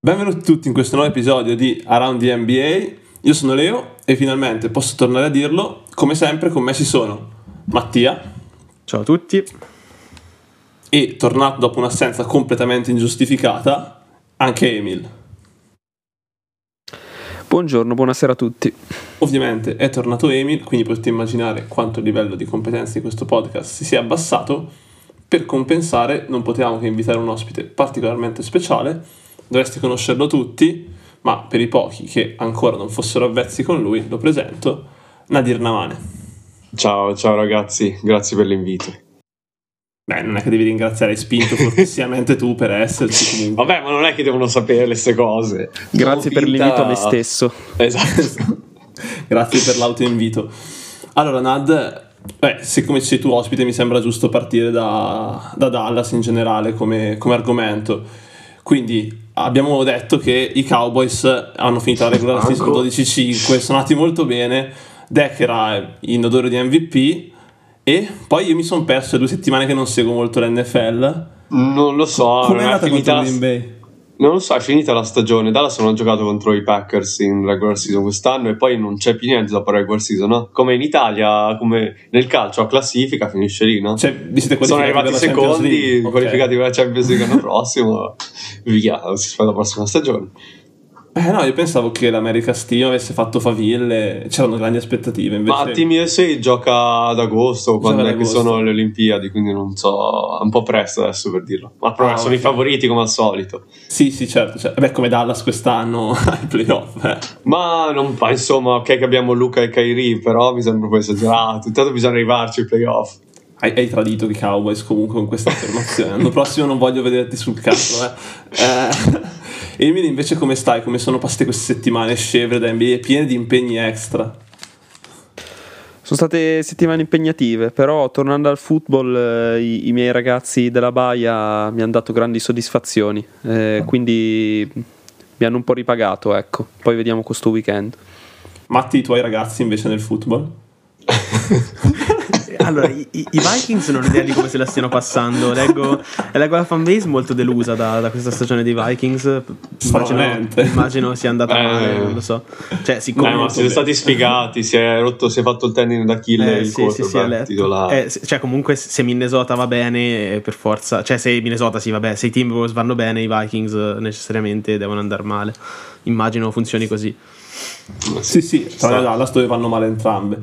Benvenuti tutti in questo nuovo episodio di Around the NBA. Io sono Leo e finalmente posso tornare a dirlo. Come sempre con me ci sono Mattia. Ciao a tutti. E tornato dopo un'assenza completamente ingiustificata anche Emil. Buongiorno, buonasera a tutti. Ovviamente è tornato Emil, quindi potete immaginare quanto il livello di competenza di questo podcast si sia abbassato. Per compensare non potevamo che invitare un ospite particolarmente speciale. Dovreste conoscerlo tutti, ma per i pochi che ancora non fossero avvezzi con lui lo presento, Nadir Namane. Ciao ragazzi, grazie per l'invito. Beh, non è che devi ringraziare, hai spinto fortissimamente tu per esserci comunque. Vabbè, ma non è che devono sapere queste cose. Grazie per l'invito a me stesso. Esatto. Grazie per l'autoinvito. Allora Nad, siccome sei tu ospite mi sembra giusto partire da Dallas in generale come argomento. Quindi abbiamo detto che i Cowboys hanno finito la regular season 12-5, sono andati molto bene, Dak era in odore di MVP e poi io mi sono perso 2 settimane che non seguo molto l'NFL. Non lo so. Come è andata contro Green Bay? Non lo so, è finita la stagione. Dallas non ha giocato contro i Packers in regular season quest'anno e poi non c'è più niente dopo la regular season, no? Come in Italia, come nel calcio a classifica finisce lì, no? Cioè, vi siete sono arrivati secondi, okay, qualificati per la Champions League l'anno prossimo, via, si fa la prossima stagione. No, io pensavo che l'America's Team avesse fatto faville, c'erano grandi aspettative. Invece... Ma Team USA gioca ad agosto, quando è che sono le Olimpiadi, quindi non so, è un po' presto adesso per dirlo. Ma però sono i favoriti come al solito. Sì, certo. Beh, come Dallas quest'anno ai playoff. Ma non fa, insomma, ok che abbiamo Luca e Kyrie, però mi sembra un po' esagerato. Intanto bisogna arrivarci ai playoff. Hai tradito i Cowboys comunque con questa affermazione. L'anno prossimo non voglio vederti sul campo. Emily, invece come stai? Come sono passate queste settimane scevre da NBA piene di impegni extra? Sono state settimane impegnative, però tornando al football i miei ragazzi della Baia mi hanno dato grandi soddisfazioni, quindi mi hanno un po' ripagato, ecco. Poi vediamo questo weekend. Matti, i tuoi ragazzi invece nel football? Allora, i Vikings non ho idea di come se la stiano passando. Leggo la fanbase molto delusa da questa stagione dei Vikings. Immagino sia andata male, non lo so. Cioè, siccome ma siete stati sfigati, si è fatto il tendine d'Achille, il quarterback titolare. Cioè, comunque se Minnesota va bene, per forza. Cioè, se Minnesota se i Timberwolves vanno bene, i Vikings necessariamente devono andare male. Immagino funzioni così. Sì, tra Dallas dove vanno male entrambe.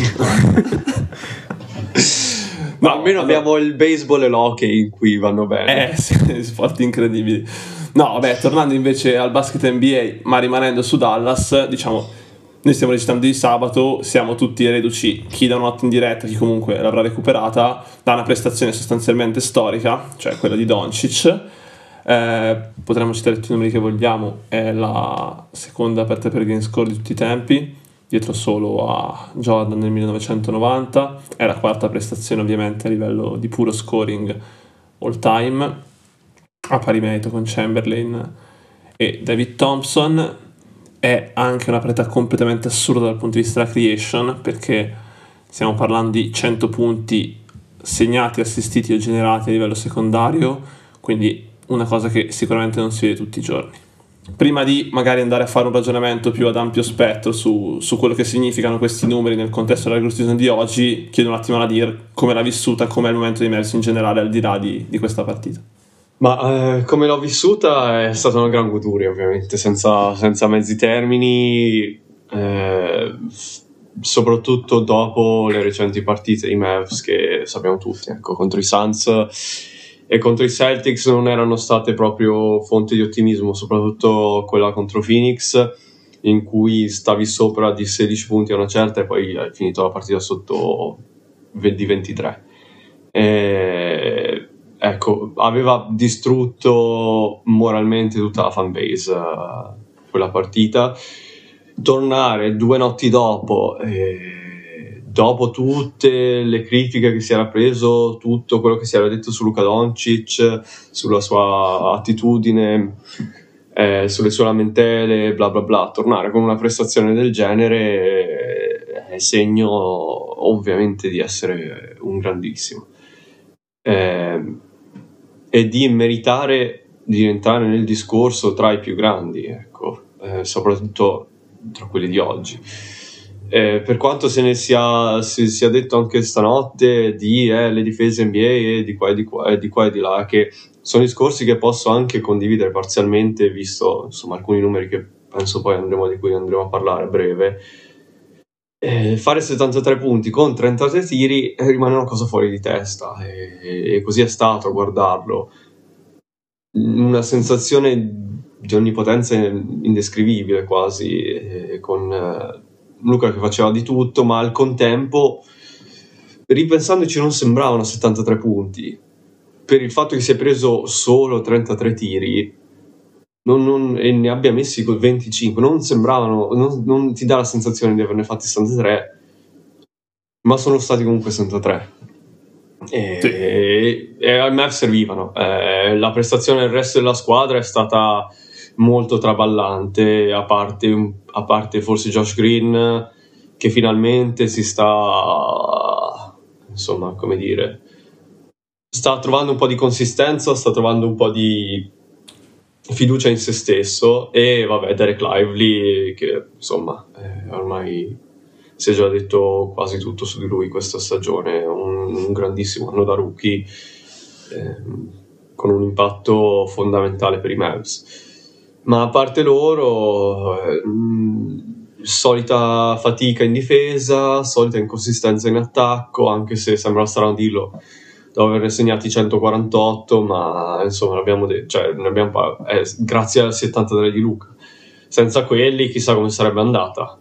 Ma almeno abbiamo il baseball e l'hockey in cui vanno bene. Sì, sport incredibili. No, vabbè, tornando invece al basket NBA, ma rimanendo su Dallas, diciamo, noi stiamo registrando di sabato, siamo tutti reduci, chi da una notte in diretta, chi comunque l'avrà recuperata, da una prestazione sostanzialmente storica, cioè quella di Doncic. Potremmo citare tutti i numeri che vogliamo, è la seconda per game score di tutti i tempi, dietro solo a Jordan nel 1990, è la quarta prestazione ovviamente a livello di puro scoring all time, a pari merito con Chamberlain e David Thompson. È anche una parità completamente assurda dal punto di vista della creation, perché stiamo parlando di 100 punti segnati, assistiti o generati a livello secondario, quindi una cosa che sicuramente non si vede tutti i giorni. Prima di magari andare a fare un ragionamento più ad ampio spettro su quello che significano questi numeri nel contesto della regular season di oggi, chiedo un attimo a Nadir come l'ha vissuta, com'è il momento di Mercy in generale al di là di questa partita. Ma come l'ho vissuta è stata una gran goduria, ovviamente, senza mezzi termini, soprattutto dopo le recenti partite di Mavs che sappiamo tutti, ecco, contro i Suns e contro i Celtics non erano state proprio fonte di ottimismo, soprattutto quella contro Phoenix, in cui stavi sopra di 16 punti a una certa e poi hai finito la partita sotto di 23. Ecco, aveva distrutto moralmente tutta la fanbase quella partita. Tornare 2 notti dopo, dopo tutte le critiche che si era preso, tutto quello che si era detto su Luka Doncic, sulla sua attitudine, sulle sue lamentele, bla bla bla, tornare con una prestazione del genere è segno ovviamente di essere un grandissimo. E di meritare di entrare nel discorso tra i più grandi, ecco, soprattutto tra quelli di oggi. Per quanto se ne sia detto anche stanotte di le difese NBA e di qua e di là, che sono discorsi che posso anche condividere parzialmente, visto insomma alcuni numeri che penso poi di cui andremo a parlare a breve. Fare 73 punti con 33 tiri rimane una cosa fuori di testa, e così è stato a guardarlo. Una sensazione di onnipotenza indescrivibile quasi, con Luka che faceva di tutto, ma al contempo, ripensandoci, non sembravano 73 punti per il fatto che si è preso solo 33 tiri e ne abbia messi 25. Non sembravano, non ti dà la sensazione di averne fatti 73, ma sono stati comunque 63 e a me servivano. La prestazione del resto della squadra è stata molto traballante, a parte forse Josh Green, che finalmente si sta, insomma, come dire, sta trovando un po' di consistenza, sta trovando un po' di fiducia in se stesso. E vabbè, Derek Lively, che insomma ormai si è già detto quasi tutto su di lui questa stagione, un grandissimo anno da rookie, con un impatto fondamentale per i Mavs. Ma a parte loro, solita fatica in difesa, solita inconsistenza in attacco, anche se sembra strano dirlo dopo averne segnati 148, ma insomma grazie al 73 di Luka. Senza quelli chissà come sarebbe andata.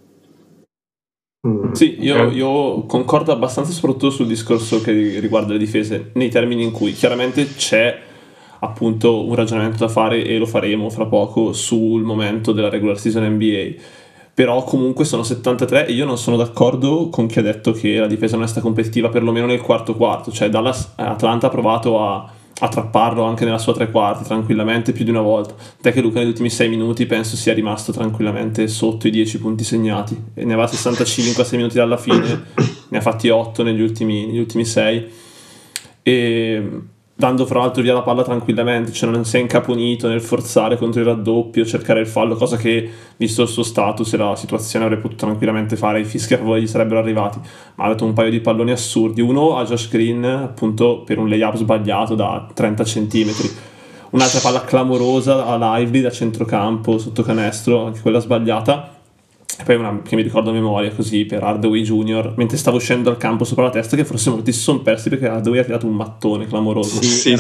Sì, io concordo abbastanza, soprattutto sul discorso che riguarda le difese, nei termini in cui chiaramente c'è appunto un ragionamento da fare, e lo faremo fra poco, sul momento della regular season NBA. Però comunque sono 73 e io non sono d'accordo con chi ha detto che la difesa non è stata competitiva, perlomeno nel quarto. Cioè Atlanta ha provato a trapparlo anche nella sua tre quarti tranquillamente più di una volta. Te che Luka negli ultimi 6 minuti penso sia rimasto tranquillamente sotto i 10 punti segnati, e ne aveva 65 a 6 minuti dalla fine, ne ha fatti 8 negli ultimi 6, e dando fra l'altro via la palla tranquillamente, cioè non si è incaponito nel forzare contro il raddoppio, cercare il fallo, cosa che, visto il suo status e la situazione, avrebbe potuto tranquillamente fare. I fischi a favore gli sarebbero arrivati, ma ha dato un paio di palloni assurdi, uno a Josh Green appunto per un layup sbagliato da 30 centimetri, un'altra palla clamorosa a Lively da centrocampo sotto canestro, anche quella sbagliata, e poi una che mi ricordo a memoria così per Hardaway Jr. mentre stava uscendo dal campo sopra la testa, che forse molti si sono persi perché Hardaway ha tirato un mattone clamoroso.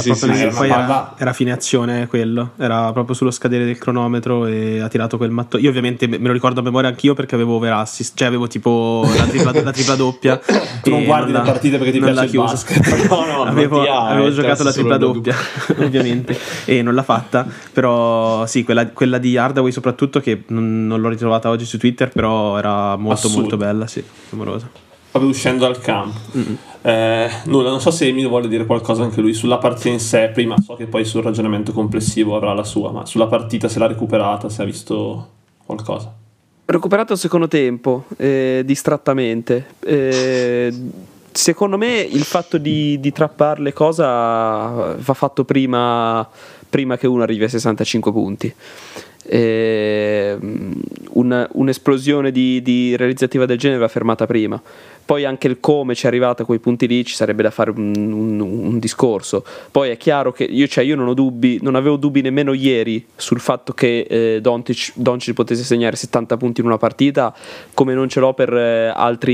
Era fine azione quello, era proprio sullo scadere del cronometro e ha tirato quel mattone. Io ovviamente me lo ricordo a memoria anch'io perché avevo over assist, cioè avevo tipo la tripla doppia. Tu non guardi le partite perché ti piace il basket. Avevo giocato la tripla doppia ovviamente, e non l'ha fatta. Però sì, quella di Hardaway soprattutto, che non l'ho ritrovata oggi su Twitter, però era molto molto bella, sì, amorosa. Proprio uscendo dal campo. Nulla, non so se Emilio vuole dire qualcosa anche lui sulla partita in sé. Prima so che poi sul ragionamento complessivo avrà la sua, ma sulla partita, se l'ha recuperata, se ha visto qualcosa. Recuperato il secondo tempo, distrattamente. Secondo me il fatto di trappare le cose va fatto prima che uno arrivi a 65 punti. Un'esplosione di realizzativa del genere va fermata prima. Poi anche il come ci è arrivata a quei punti lì, ci sarebbe da fare un discorso. Poi è chiaro che io non avevo dubbi nemmeno ieri sul fatto che Doncic potesse segnare 70 punti in una partita, come non ce l'ho per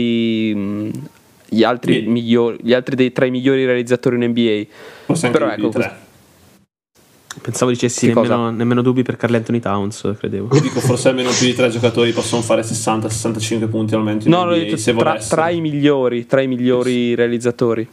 gli altri dei 3 migliori realizzatori in NBA. Forse anche però ecco, 3. Pensavo dicessi nemmeno dubbi per Karl Anthony Towns, credevo. Dico, forse almeno più di 3 giocatori possono fare 60-65 punti al momento in NBA, detto, se tra i migliori realizzatori.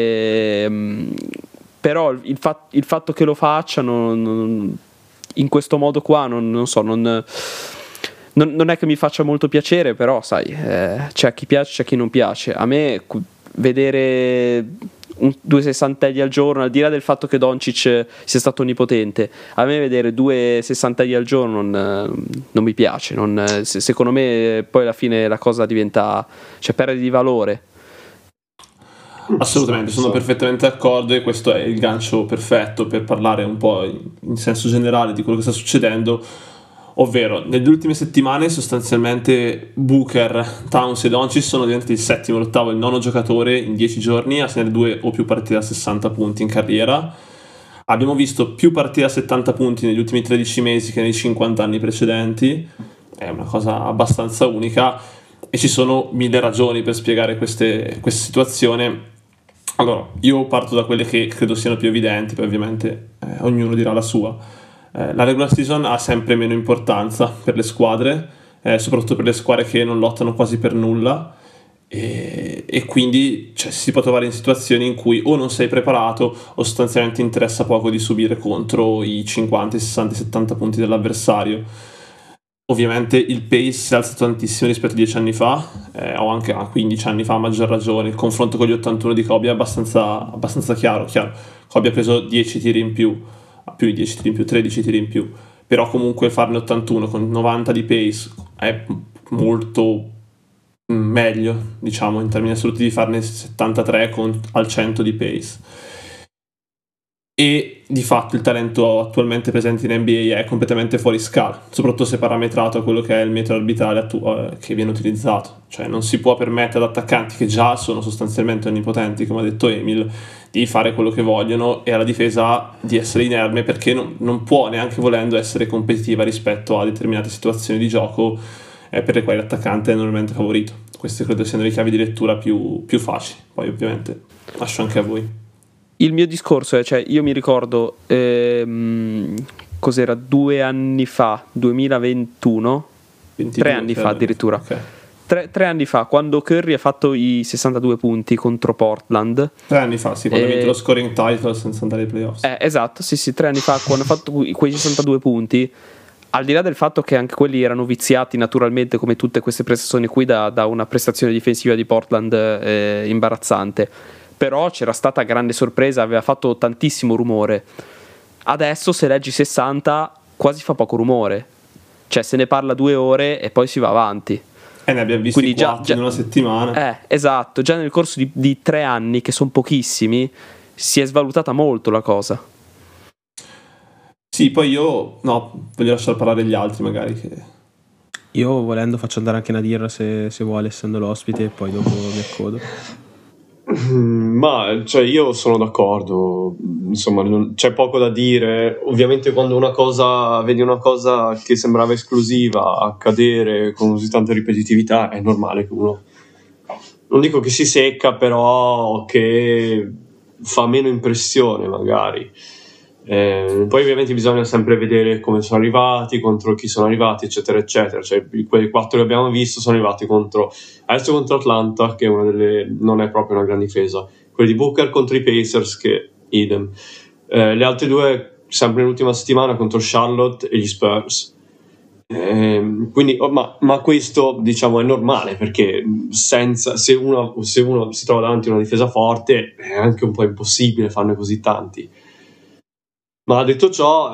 Però il fatto che lo facciano in questo modo qua non è che mi faccia molto piacere, però sai, c'è a chi piace, c'è a chi non piace. A me vedere 2 sessantelli al giorno, al di là del fatto che Doncic sia stato onnipotente, a me vedere 2 sessantelli al giorno non mi piace. Secondo me poi alla fine la cosa diventa, perde di valore. Assolutamente, sono perfettamente d'accordo, e questo è il gancio perfetto per parlare un po' in senso generale di quello che sta succedendo, ovvero nelle ultime settimane sostanzialmente Booker, Towns e Doncic sono diventati il settimo, l'ottavo e il nono giocatore in 10 giorni a segnare 2 o più partite da 60 punti in carriera. Abbiamo visto più partite da 70 punti negli ultimi 13 mesi che nei 50 anni precedenti, è una cosa abbastanza unica, e ci sono mille ragioni per spiegare questa situazione. Allora, io parto da quelle che credo siano più evidenti, poi ovviamente ognuno dirà la sua. La regular season ha sempre meno importanza per le squadre, soprattutto per le squadre che non lottano quasi per nulla, e quindi si può trovare in situazioni in cui o non sei preparato o sostanzialmente interessa poco di subire contro i 50, 60, 70 punti dell'avversario. Ovviamente il pace si è alzato tantissimo rispetto a 10 anni fa, o anche a 15 anni fa a maggior ragione. Il confronto con gli 81 di Kobe è abbastanza chiaro. Kobe ha preso 10 tiri in più, più di 10 tiri in più, 13 tiri in più, però comunque farne 81 con 90 di pace è molto meglio, diciamo, in termini assoluti, di farne 73 al 100 di pace. E di fatto il talento attualmente presente in NBA è completamente fuori scala, soprattutto se parametrato a quello che è il metodo arbitrale che viene utilizzato. Cioè non si può permettere ad attaccanti che già sono sostanzialmente onnipotenti, come ha detto Emil, di fare quello che vogliono, e alla difesa di essere inerme, perché non può, neanche volendo, essere competitiva rispetto a determinate situazioni di gioco per le quali l'attaccante è normalmente favorito. Queste credo siano le chiavi di lettura più facili. Poi ovviamente lascio anche a voi. Il mio discorso è, cioè, io mi ricordo cos'era, 2 anni fa, 2021, 3 anni fa addirittura, okay. 3 anni fa, quando Curry ha fatto i 62 punti contro Portland. 3 anni fa, sì, quando ha vinto lo scoring title senza andare ai playoffs. Esatto, sì, 3 anni fa, quando ha fatto quei 62 punti, al di là del fatto che anche quelli erano viziati naturalmente, come tutte queste prestazioni qui, da una prestazione difensiva di Portland imbarazzante, però c'era stata grande sorpresa, aveva fatto tantissimo rumore. Adesso se leggi 60 quasi fa poco rumore, cioè se ne parla 2 ore e poi si va avanti. Ne abbiamo visti 4 in una settimana. Esatto, già nel corso di 3 anni, che sono pochissimi, si è svalutata molto la cosa. Sì, poi voglio lasciare parlare gli altri magari. Io volendo faccio andare anche Nadir se vuole, essendo l'ospite, e poi dopo mi accodo. Ma io sono d'accordo, insomma c'è poco da dire. Ovviamente quando vedi una cosa che sembrava esclusiva accadere con così tanta ripetitività, è normale che uno, non dico che si secca, però che fa meno impressione magari. Poi ovviamente bisogna sempre vedere come sono arrivati, contro chi sono arrivati, eccetera eccetera. Cioè quei 4 che abbiamo visto sono arrivati contro Atlanta, che è non è proprio una gran difesa, quelli di Booker contro i Pacers, che idem, le altre 2 sempre nell'ultima settimana contro Charlotte e gli Spurs. Quindi ma questo, diciamo, è normale, perché se uno si trova davanti a una difesa forte è anche un po' impossibile farne così tanti. Ma detto ciò,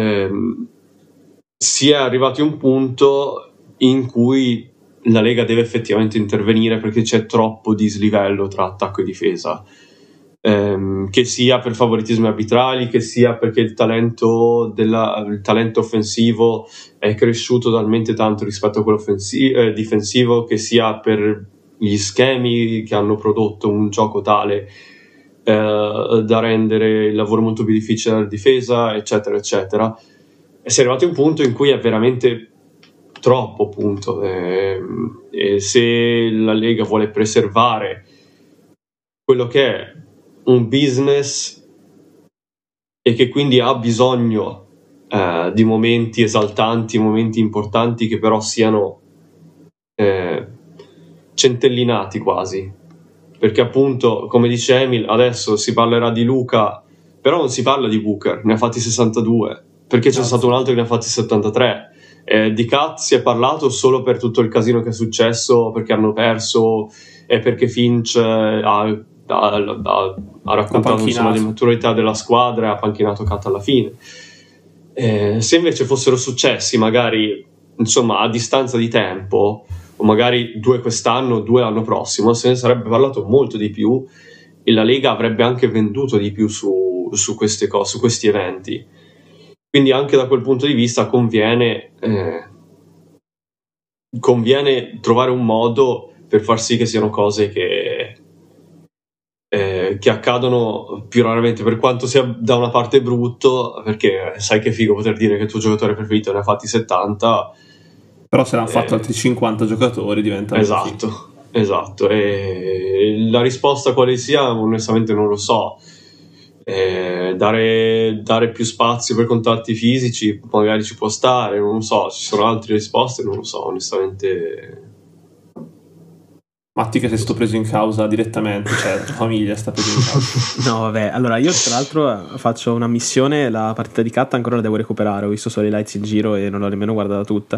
si è arrivati a un punto in cui la Lega deve effettivamente intervenire, perché c'è troppo dislivello tra attacco e difesa, che sia per favoritismi arbitrali, che sia perché il talento offensivo è cresciuto talmente tanto rispetto a quello difensivo, che sia per gli schemi che hanno prodotto un gioco tale da rendere il lavoro molto più difficile alla difesa, eccetera eccetera. E si è arrivati a un punto in cui è veramente troppo, appunto, e se la Lega vuole preservare quello che è un business, e che quindi ha bisogno di momenti esaltanti, momenti importanti, che però siano centellinati quasi, perché appunto, come dice Emil, adesso si parlerà di Luka, però non si parla di Booker, ne ha fatti 62, perché c'è stato un altro che ne ha fatti 73. Di Kat si è parlato solo per tutto il casino che è successo, perché hanno perso e perché Finch ha raccontato insomma l'immaturità della squadra e ha panchinato Kat alla fine. Se invece fossero successi magari, insomma, a distanza di tempo, o magari 2 quest'anno, 2 l'anno prossimo, se ne sarebbe parlato molto di più, la Lega avrebbe anche venduto di più su queste cose, su questi eventi. Quindi anche da quel punto di vista conviene trovare un modo per far sì che siano cose che accadono più raramente, per quanto sia da una parte brutto, perché sai che figo poter dire che il tuo giocatore preferito ne ha fatti 70, però se l'hanno fatto altri 50 giocatori diventa esatto, e la risposta quale sia onestamente non lo so. Dare più spazio per contatti fisici magari ci può stare, non lo so, ci sono altre risposte, non lo so onestamente. Matti che sei stato preso in causa direttamente, cioè la tua famiglia sta preso in causa. No vabbè, allora io tra l'altro faccio una missione, la partita di Cat ancora la devo recuperare, ho visto solo i lights in giro e non l'ho nemmeno guardata tutta,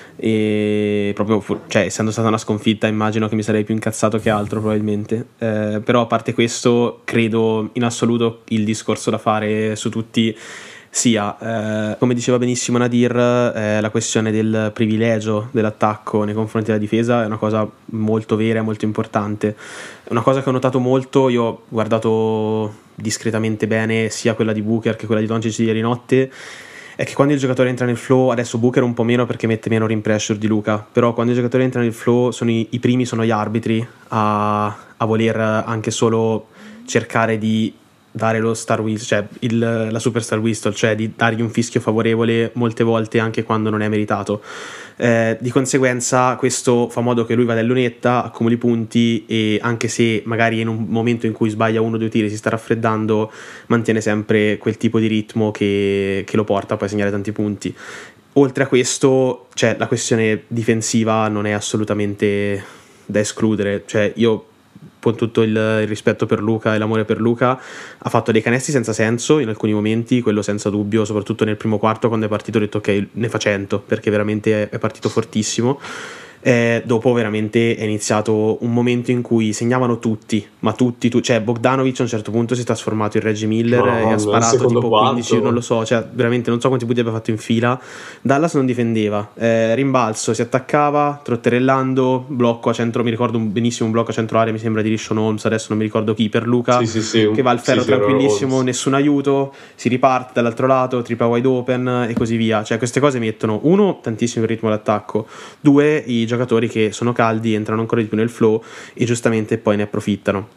e proprio, cioè essendo stata una sconfitta immagino che mi sarei più incazzato che altro probabilmente, però a parte questo credo in assoluto il discorso da fare su tutti sia, come diceva benissimo Nadir, la questione del privilegio dell'attacco nei confronti della difesa è una cosa molto vera e molto importante. Una cosa che ho notato molto, io ho guardato discretamente bene sia quella di Booker che quella di Doncic di ieri notte, è che quando il giocatore entra nel flow, adesso Booker un po' meno perché mette meno rim pressure di Luka, però quando il giocatore entra nel flow i primi sono gli arbitri a voler anche solo cercare di dare lo star whistle, cioè la super star whistle, cioè di dargli un fischio favorevole molte volte anche quando non è meritato. Di conseguenza questo fa modo che lui vada in lunetta, accumuli punti e anche se magari in un momento in cui sbaglia 1 o 2 tiri si sta raffreddando, mantiene sempre quel tipo di ritmo che lo porta poi a segnare tanti punti. Oltre a questo, cioè, la questione difensiva non è assolutamente da escludere, cioè io con tutto il rispetto per Luka e l'amore per Luka ha fatto dei canestri senza senso in alcuni momenti, quello senza dubbio, soprattutto nel primo quarto quando è partito ho detto ok, ne fa 100 perché veramente è partito fortissimo. Dopo veramente è iniziato un momento in cui segnavano tutti, ma tutti, cioè Bogdanovic a un certo punto si è trasformato in Reggie Miller e ha sparato tipo 15, quarto. Non lo so, cioè veramente non so quanti punti abbia fatto in fila. Dallas non difendeva, rimbalzo, si attaccava trotterellando, blocco a centro, mi ricordo benissimo un blocco a centro area, mi sembra di Rishon Holmes, adesso non mi ricordo chi, per Luka, sì, che va al ferro tranquillissimo, nessun aiuto, si riparte dall'altro lato, tripla wide open e così via. Cioè queste cose mettono, uno, tantissimo il ritmo d'attacco, due, i giocatori che sono caldi entrano ancora di più nel flow e giustamente poi ne approfittano.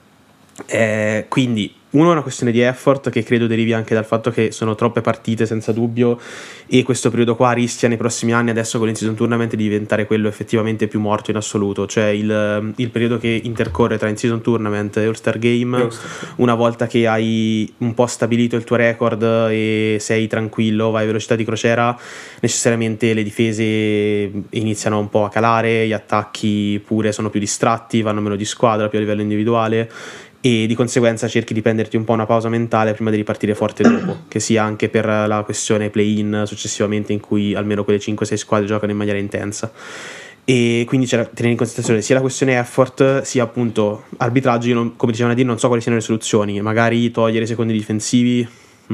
Quindi uno è una questione di effort che credo derivi anche dal fatto che sono troppe partite senza dubbio e questo periodo qua rischia nei prossimi anni adesso con l'in-season tournament di diventare quello effettivamente più morto in assoluto, cioè il periodo che intercorre tra in-season tournament e All-Star Game, una volta che hai un po' stabilito il tuo record e sei tranquillo, vai a velocità di crociera, necessariamente le difese iniziano un po' a calare, gli attacchi pure sono più distratti, vanno meno di squadra, più a livello individuale e di conseguenza cerchi di prenderti un po' una pausa mentale prima di ripartire forte dopo, che sia anche per la questione play-in successivamente in cui almeno quelle 5-6 squadre giocano in maniera intensa. E quindi c'è da tenere in considerazione sia la questione effort sia appunto arbitraggio. Io come diceva Nadir non so quali siano le soluzioni, magari togliere i secondi difensivi,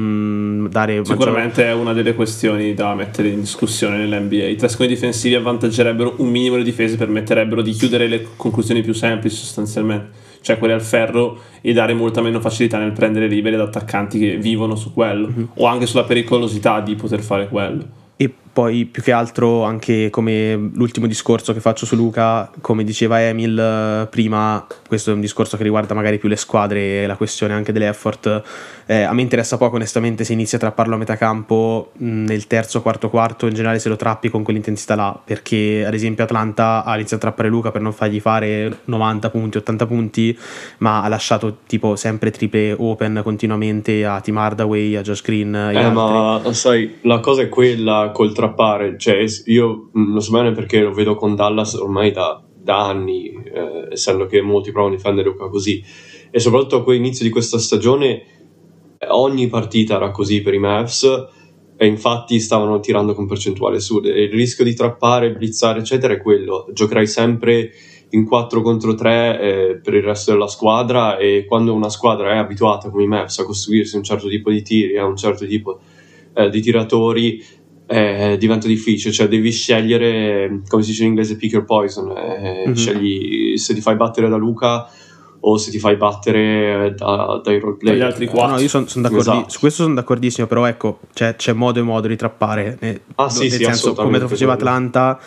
dare sicuramente è una delle questioni da mettere in discussione nell'NBA. I 3 secondi difensivi avvantaggerebbero un minimo le difese, permetterebbero di chiudere le conclusioni più semplici sostanzialmente, cioè quelle al ferro, e dare molta meno facilità nel prendere liberi ad attaccanti che vivono su quello, o anche sulla pericolosità di poter fare quello. E poi più che altro anche come l'ultimo discorso che faccio su Luka, come diceva Emil prima, questo è un discorso che riguarda magari più le squadre e la questione anche dell'effort. A me interessa poco onestamente se inizia a trapparlo a metà campo nel terzo quarto in generale, se lo trappi con quell'intensità là, perché ad esempio Atlanta ha iniziato a trappare Luka per non fargli fare 90 punti 80 punti, ma ha lasciato tipo sempre triple open continuamente a Tim Hardaway, a Josh Green e altri. Ma sai, la cosa è quella col trappare, cioè io lo so bene perché lo vedo con Dallas ormai da anni, essendo che molti provano a difendere Luka così, e soprattutto a quell'inizio di questa stagione ogni partita era così per i Mavs e infatti stavano tirando con percentuale su, e il rischio di trappare, blitzare eccetera è quello, giocherai sempre in 4 contro 3 per il resto della squadra, e quando una squadra è abituata come i Mavs a costruirsi un certo tipo di tiri, a un certo tipo di tiratori, diventa difficile, cioè devi scegliere, come si dice in inglese, pick your poison, scegli se ti fai battere da Luka o se ti fai battere dai role player. Dagli altri quattro. No, io sono Esatto. su questo sono d'accordissimo, però ecco, c'è modo e modo di trappare. Nel senso, come lo faceva Atlanta,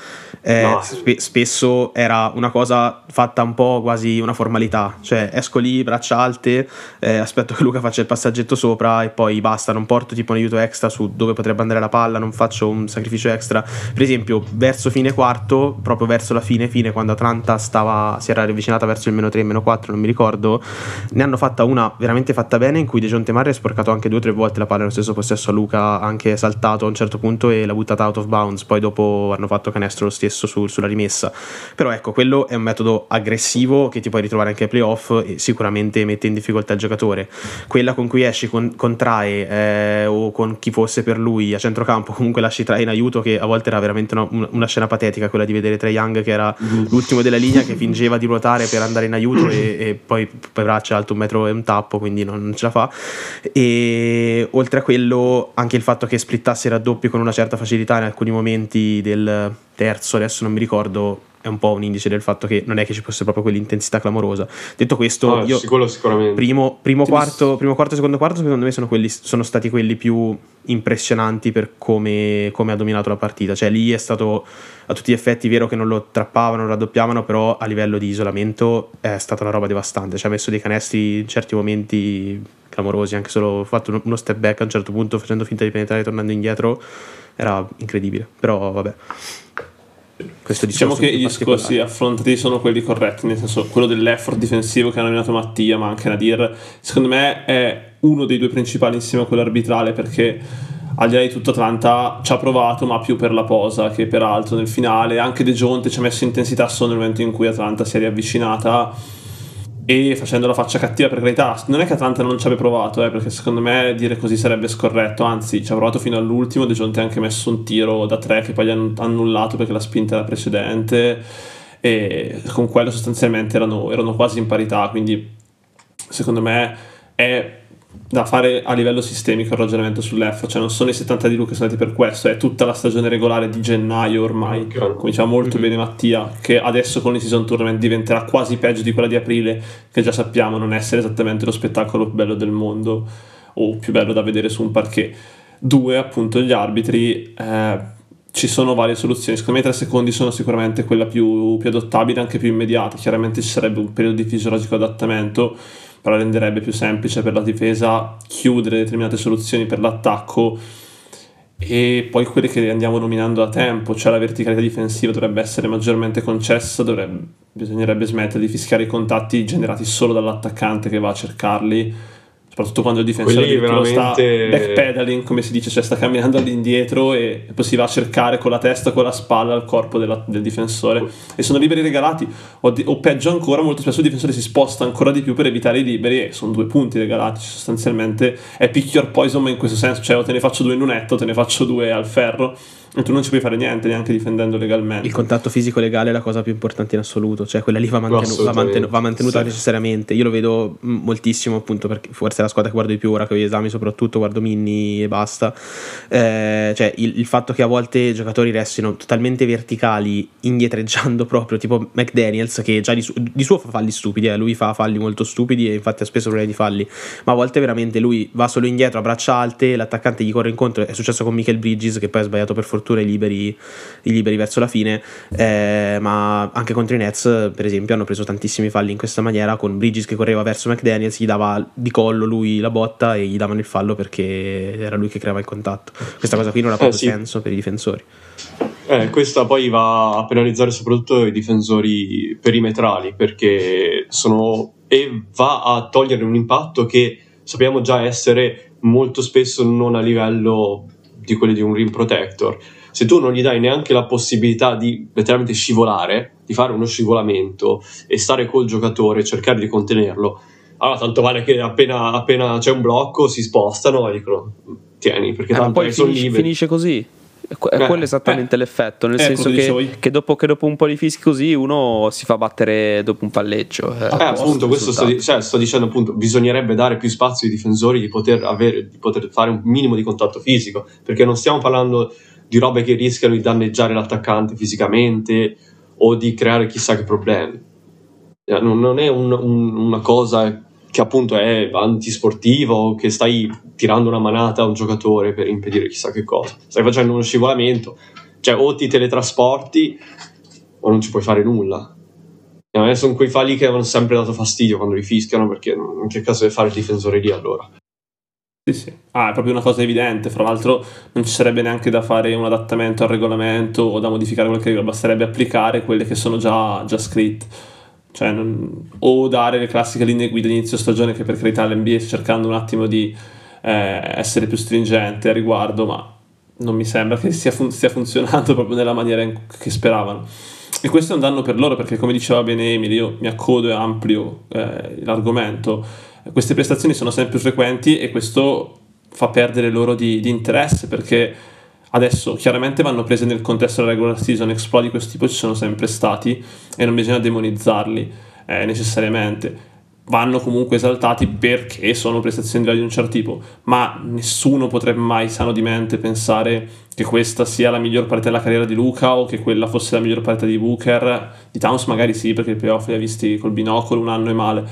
spesso era una cosa fatta un po' quasi una formalità, cioè esco lì, braccia alte, aspetto che Luka faccia il passaggetto sopra e poi basta, non porto tipo un aiuto extra su dove potrebbe andare la palla, non faccio un sacrificio extra. Per esempio, verso fine quarto, proprio verso la fine, quando Atlanta si era avvicinata verso il -3, -4, non mi ricordo, ne hanno fatta una veramente fatta bene in cui DeJounte Murray ha sporcato anche 2 o 3 volte la palla nello stesso possesso a Luka, anche saltato a un certo punto e l'ha buttata out of bounds, poi dopo hanno fatto canestro lo stesso sulla rimessa. Però ecco, quello è un metodo aggressivo che ti puoi ritrovare anche ai playoff e sicuramente mette in difficoltà il giocatore. Quella con cui esci con Trae o con chi fosse per lui a centrocampo, comunque lasci Trae in aiuto, che a volte era veramente una scena patetica quella di vedere Trae Young che era l'ultimo della linea, che fingeva di ruotare per andare in aiuto e poi braccia alto 1 metro e un tappo, quindi non ce la fa. E oltre a quello anche il fatto che splittasse i raddoppi con una certa facilità in alcuni momenti del terzo, adesso non mi ricordo, è un po' un indice del fatto che non è che ci fosse proprio quell'intensità clamorosa. Detto questo, io sicuramente primo quarto, secondo quarto secondo me sono stati quelli più impressionanti per come ha dominato la partita. Cioè lì è stato a tutti gli effetti vero che non lo trappavano, lo raddoppiavano, però a livello di isolamento è stata una roba devastante. Ci ha messo dei canestri in certi momenti clamorosi, anche solo fatto uno step back a un certo punto facendo finta di penetrare tornando indietro, era incredibile. Però vabbè, diciamo che i discorsi affrontati sono quelli corretti, nel senso quello dell'effort difensivo che ha nominato Mattia, ma anche Nadir, secondo me è uno dei 2 principali insieme a quello arbitrale, perché al di là di tutto Atlanta ci ha provato, ma più per la posa che per altro nel finale. Anche DeJounte ci ha messo intensità solo nel momento in cui Atlanta si è riavvicinata e facendo la faccia cattiva, per carità. Non è che Atlanta non ci abbia provato, perché secondo me dire così sarebbe scorretto, anzi ci ha provato fino all'ultimo. DeJounte ha anche messo un tiro da 3 che poi gli hanno annullato perché la spinta era precedente, e con quello sostanzialmente erano quasi in parità, quindi secondo me è da fare a livello sistemico il ragionamento sull'effort. Cioè non sono i 70 di Luka che sono andati per questo, è tutta la stagione regolare di gennaio ormai, come diceva molto bene Mattia, che adesso con il season tournament diventerà quasi peggio di quella di aprile, che già sappiamo non essere esattamente lo spettacolo più bello del mondo o più bello da vedere su un parquet. 2, appunto, gli arbitri. Ci sono varie soluzioni, secondo me 3 secondi sono sicuramente quella più adottabile, anche più immediata. Chiaramente ci sarebbe un periodo di fisiologico adattamento, però renderebbe più semplice per la difesa chiudere determinate soluzioni per l'attacco. E poi quelle che andiamo nominando da tempo, cioè la verticalità difensiva dovrebbe essere maggiormente concessa, bisognerebbe smettere di fischiare i contatti generati solo dall'attaccante che va a cercarli, soprattutto quando il difensore veramente sta backpedaling, come si dice, cioè sta camminando all'indietro e poi si va a cercare con la testa o con la spalla il corpo del difensore, e sono liberi regalati, o peggio ancora, molto spesso il difensore si sposta ancora di più per evitare i liberi e sono 2 punti regalati. Sostanzialmente è pick your poison, ma in questo senso, cioè o te ne faccio 2 in lunetto o te ne faccio 2 al ferro, e tu non ci puoi fare niente neanche difendendo legalmente. Il contatto fisico legale è la cosa più importante in assoluto, cioè quella lì va mantenuta sì, necessariamente. Io lo vedo moltissimo, appunto, perché forse è la squadra che guardo di più ora che ho gli esami, soprattutto guardo Minni e basta. Cioè il fatto che a volte i giocatori restino totalmente verticali, indietreggiando proprio, tipo McDaniels, che già di suo fa falli stupidi, lui fa falli molto stupidi e infatti ha spesso problemi di falli, ma a volte veramente lui va solo indietro a braccia alte, l'attaccante gli corre incontro. È successo con Michael Bridges, che poi ha sbagliato per fortuna i liberi verso la fine, ma anche contro i Nets per esempio hanno preso tantissimi falli in questa maniera, con Bridges che correva verso McDaniels, gli dava di collo lui la botta e gli davano il fallo perché era lui che creava il contatto. Questa cosa qui non ha proprio senso per i difensori. Questa poi va a penalizzare soprattutto i difensori perimetrali, perché va a togliere un impatto che sappiamo già essere molto spesso non a livello di quelli di un rim protector. Se tu non gli dai neanche la possibilità di letteralmente scivolare, di fare uno scivolamento e stare col giocatore, cercare di contenerlo, allora tanto vale che appena c'è un blocco si spostano e dicono tieni, perché tanto poi sono liberi. Finisce così. È quello esattamente l'effetto, nel senso che dopo un po' di fischi così uno si fa battere dopo un palleggio. Appunto, questo sto dicendo, appunto, bisognerebbe dare più spazio ai difensori di poter fare un minimo di contatto fisico, perché non stiamo parlando di robe che rischiano di danneggiare l'attaccante fisicamente o di creare chissà che problemi. Non è una cosa che appunto è antisportivo, che stai tirando una manata a un giocatore per impedire chissà che cosa. Stai facendo uno scivolamento, cioè o ti teletrasporti o non ci puoi fare nulla. E a me sono quei falli che avevano sempre dato fastidio quando li fischiano, perché non che caso deve fare il difensore lì allora? Sì. È proprio una cosa evidente. Fra l'altro non ci sarebbe neanche da fare un adattamento al regolamento o da modificare qualche regola, basterebbe applicare quelle che sono già scritte. Cioè, o dare le classiche linee guida inizio stagione, che per carità l'NBA sta cercando un attimo di essere più stringente a riguardo, ma non mi sembra che stia funzionando proprio nella maniera che speravano. E questo è un danno per loro, perché come diceva bene Emily, io mi accodo e amplio l'argomento, queste prestazioni sono sempre più frequenti e questo fa perdere loro di interesse, perché adesso chiaramente vanno prese nel contesto della regular season, exploit di questo tipo ci sono sempre stati e non bisogna demonizzarli necessariamente, vanno comunque esaltati perché sono prestazioni di un certo tipo, ma nessuno potrebbe mai sano di mente pensare che questa sia la miglior partita della carriera di Luka o che quella fosse la miglior partita di Booker. Di Towns magari sì, perché i playoff li ha visti col binocolo un anno e male,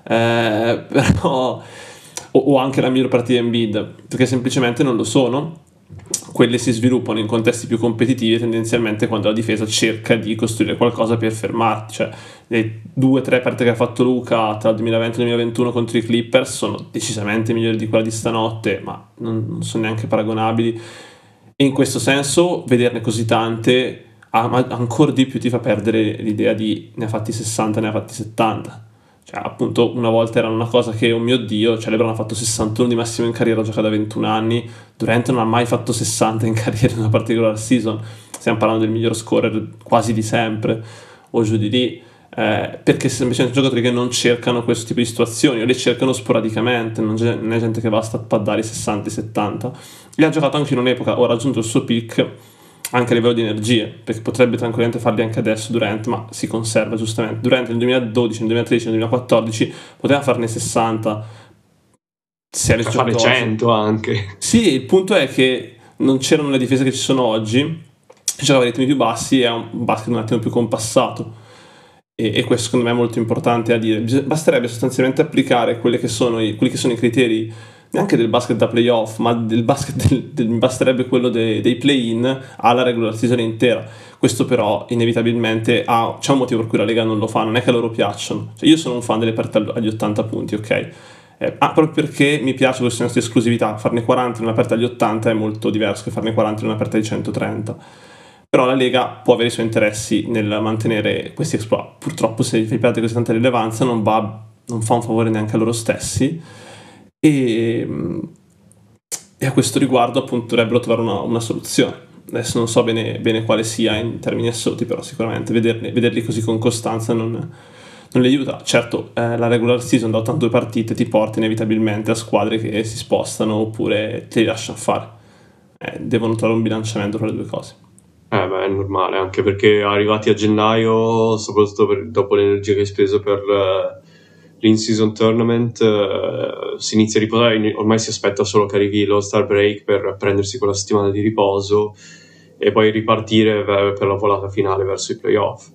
però o anche la miglior partita di Embiid, perché semplicemente non lo sono. Quelle si sviluppano in contesti più competitivi tendenzialmente quando la difesa cerca di costruire qualcosa per fermarti. Cioè, le 2-3 partite che ha fatto Luka tra il 2020 e il 2021 contro i Clippers sono decisamente migliori di quella di stanotte, ma non sono neanche paragonabili, e in questo senso vederne così tante ancora di più ti fa perdere l'idea di ne ha fatti 60, ne ha fatti 70. Cioè, appunto, una volta era una cosa che, oh mio Dio, cioè LeBron ha fatto 61 di massimo in carriera, gioca da 21 anni, Durant non ha mai fatto 60 in carriera in una particular season, stiamo parlando del miglior scorer quasi di sempre, o giù di lì, perché semplicemente giocatori che non cercano questo tipo di situazioni, o le cercano sporadicamente, non è gente che va a stappare i 60, i 70, e ha giocato anche in un'epoca, ha raggiunto il suo peak anche a livello di energie, perché potrebbe tranquillamente farli anche adesso Durant, ma si conserva giustamente. Durant nel 2012, nel 2013, nel 2014 poteva farne 60, se poteva fare 100 anche. Sì, il punto è che non c'erano le difese che ci sono oggi, c'erano ritmi più bassi e un basket un attimo più compassato, e questo secondo me è molto importante a dire. Basterebbe sostanzialmente applicare quelli che sono i criteri neanche del basket da playoff, ma del basket basterebbe quello dei play-in alla regular season intera. Questo però inevitabilmente c'è un motivo per cui la Lega non lo fa, non è che a loro piacciono. Cioè, io sono un fan delle partite agli 80 punti, ok? Proprio perché mi piace questa nostra esclusività. Farne 40 in una partita agli 80 è molto diverso che farne 40 in una partita di 130. Però la Lega può avere i suoi interessi nel mantenere questi exploit. Purtroppo, se gli perde così tanta rilevanza, non fa un favore neanche a loro stessi. E a questo riguardo appunto dovrebbero trovare una soluzione. Adesso non so bene quale sia in termini assoluti, però sicuramente vederli così con costanza non li aiuta. Certo, la regular season da 82 partite ti porta inevitabilmente a squadre che si spostano oppure te li lasciano fare. Devono trovare un bilanciamento tra le due cose. È normale, anche perché arrivati a gennaio, soprattutto dopo l'energia che hai speso per l'in-season tournament, si inizia a riposare. Ormai si aspetta solo che arrivi l'All-Star break per prendersi quella settimana di riposo e poi ripartire per la volata finale verso i playoff.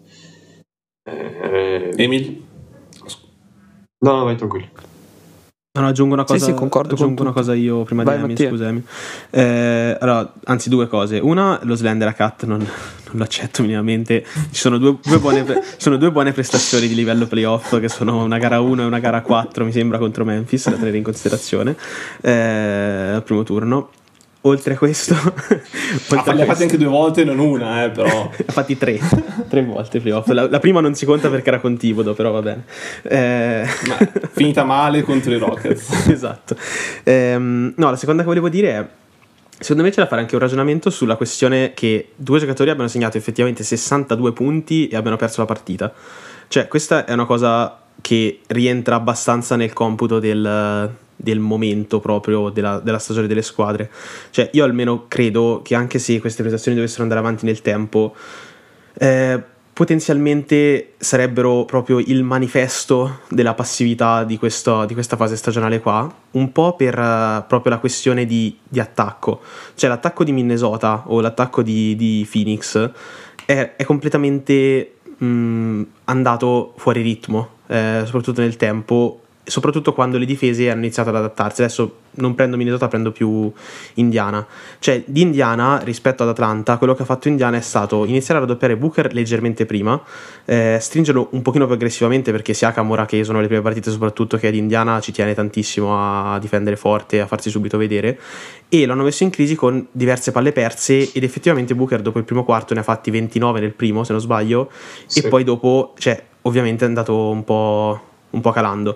Emil? No, vai tranquillo. No, aggiungo una cosa. Sì, concordo. Aggiungo una cosa io prima Vai, di Emi, Mattia. scusami. Allora, anzi, due cose. Una, lo Slender a Cut non lo accetto minimamente. Ci sono due buone prestazioni di livello playoff, che sono una gara 1 e una gara 4, mi sembra, contro Memphis, da tenere in considerazione al primo turno. Oltre a questo, li ha fatti anche 2 volte, non una, però. Ha fatti 3 volte playoff. La prima non si conta perché era con Thibodeau, però va bene. Ma finita male contro i Rockets. Esatto. No, la seconda che volevo dire è: secondo me c'è da fare anche un ragionamento sulla questione che 2 giocatori abbiano segnato effettivamente 62 punti e abbiano perso la partita. Cioè, questa è una cosa che rientra abbastanza nel computo del momento proprio della stagione delle squadre. Cioè, io almeno credo che anche se queste prestazioni dovessero andare avanti nel tempo, potenzialmente sarebbero proprio il manifesto della passività di questa fase stagionale qua, un po' per proprio la questione di attacco. Cioè, l'attacco di Minnesota o l'attacco di Phoenix è completamente andato fuori ritmo, soprattutto nel tempo, soprattutto quando le difese hanno iniziato ad adattarsi. Adesso non prendo Minnesota, prendo più Indiana. Cioè, di Indiana rispetto ad Atlanta, quello che ha fatto Indiana è stato iniziare a raddoppiare Booker leggermente prima, stringerlo un pochino più aggressivamente, perché sia Camora, che sono le prime partite soprattutto, che è di Indiana, ci tiene tantissimo a difendere forte, a farsi subito vedere, e l'hanno messo in crisi con diverse palle perse, ed effettivamente Booker dopo il primo quarto ne ha fatti 29 nel primo, se non sbaglio, sì. E poi dopo, cioè, ovviamente è andato un po' calando.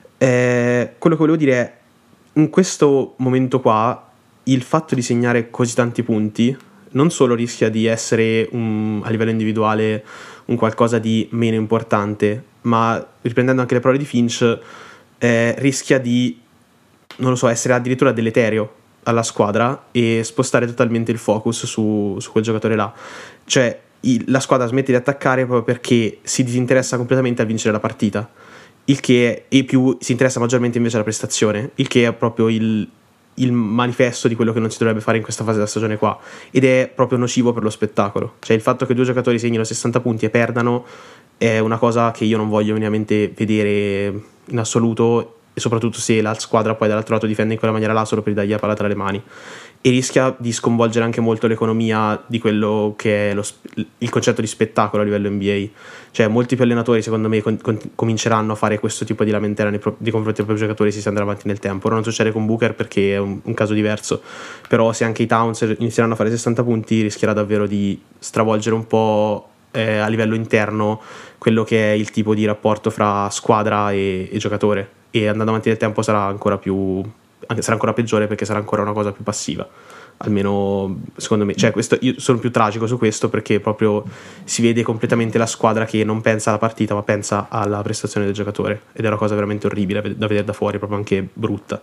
Quello che volevo dire è, in questo momento qua, il fatto di segnare così tanti punti non solo rischia di essere a livello individuale un qualcosa di meno importante, ma riprendendo anche le parole di Finch, rischia di, non lo so, essere addirittura deleterio alla squadra e spostare totalmente il focus su quel giocatore là. Cioè, la squadra smette di attaccare proprio perché si disinteressa completamente a vincere la partita, il che è, e più si interessa maggiormente invece alla prestazione, il che è proprio il manifesto di quello che non si dovrebbe fare in questa fase della stagione qua, ed è proprio nocivo per lo spettacolo. Cioè, il fatto che due giocatori segnino 60 punti e perdano è una cosa che io non voglio minimamente vedere in assoluto, e soprattutto se la squadra poi dall'altro lato difende in quella maniera là solo per dargli la palla tra le mani, e rischia di sconvolgere anche molto l'economia di quello che è il concetto di spettacolo a livello NBA. Cioè, molti più allenatori secondo me cominceranno a fare questo tipo di lamentela nei confronti dei propri giocatori se si andrà avanti nel tempo. Ora non succede con Booker perché è un caso diverso, però se anche i Towns inizieranno a fare 60 punti rischierà davvero di stravolgere un po' a livello interno quello che è il tipo di rapporto fra squadra e giocatore, e andando avanti nel tempo sarà ancora peggiore, perché sarà ancora una cosa più passiva, almeno secondo me. Cioè, questo, io sono più tragico su questo, perché proprio si vede completamente la squadra che non pensa alla partita ma pensa alla prestazione del giocatore, ed è una cosa veramente orribile da vedere da fuori, proprio anche brutta.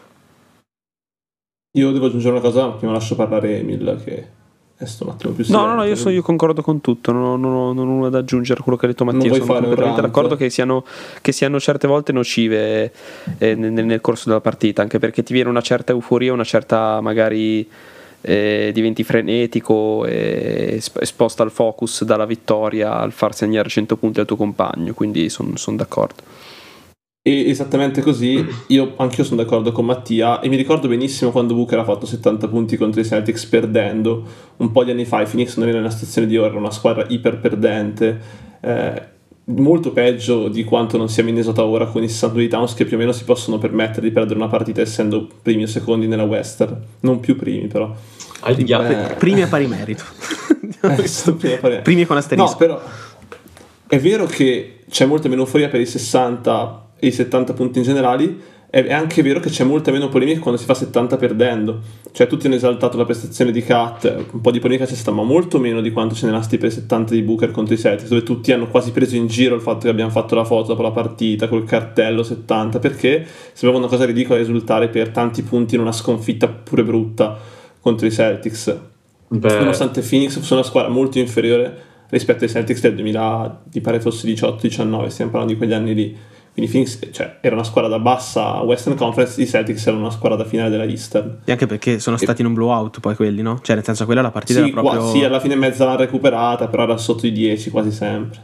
Io devo aggiungere una cosa, prima lascio parlare Emil, che è stato un attimo più silente. No, io concordo con tutto, non ho nulla da aggiungere a quello che ha detto Mattia. Sono completamente d'accordo che siano certe volte nocive nel corso della partita, anche perché ti viene una certa euforia, una certa magari diventi frenetico e sposta il focus dalla vittoria al far segnare 100 punti al tuo compagno, quindi sono d'accordo. E esattamente così, anch'io sono d'accordo con Mattia, e mi ricordo benissimo quando Booker ha fatto 70 punti contro i Celtics perdendo un po' di anni fa. I Phoenix non era nella situazione di ora, era una squadra iper perdente, molto peggio di quanto non sia Minnesota ora, con i 62 Towns che più o meno si possono permettere di perdere una partita essendo primi o secondi nella Western, non più primi però. Primi a pari merito. Primi con asterisco. No, però è vero che c'è molta meno euforia per i 60 e i 70 punti in generali. È anche vero che c'è molta meno polemica quando si fa 70 perdendo. Cioè, tutti hanno esaltato la prestazione di Cat, un po' di polemica c'è stata, ma molto meno di quanto ce n'era sti per i 70 di Booker contro i Celtics, dove tutti hanno quasi preso in giro il fatto che abbiamo fatto la foto dopo la partita col cartello 70, perché sembrava una cosa ridicola risultare per tanti punti in una sconfitta pure brutta contro i Celtics. Nonostante Phoenix fosse una squadra molto inferiore rispetto ai Celtics del 2000, mi pare fosse 18-19, stiamo parlando di quegli anni lì. Quindi Phoenix, cioè, era una squadra da bassa Western Conference, i Celtics erano una squadra da finale della Eastern. E anche perché sono stati in un blowout poi quelli, no? Cioè, nel senso, quella la partita era proprio... Sì, alla fine mezza l'hanno recuperata, però era sotto i 10 quasi sempre.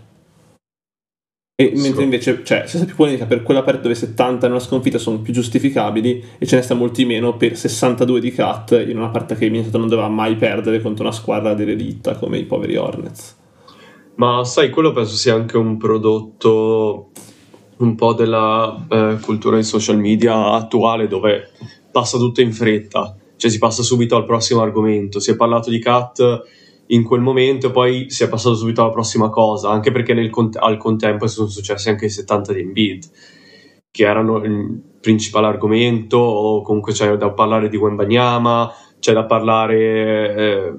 E mentre invece, cioè, c'è stata più polemica per quella partita dove 70 in una sconfitta sono più giustificabili, e ce ne sta molti meno per 62 di Cat in una partita che Minnesota non doveva mai perdere contro una squadra dell'elite come i poveri Hornets. Ma sai, quello penso sia anche un prodotto un po' della cultura di social media attuale, dove passa tutto in fretta, cioè si passa subito al prossimo argomento. Si è parlato di Cat in quel momento e poi si è passato subito alla prossima cosa, anche perché al contempo sono successi anche i 70 di Embiid, che erano il principale argomento, o comunque c'è da parlare di Wembanyama, c'è da parlare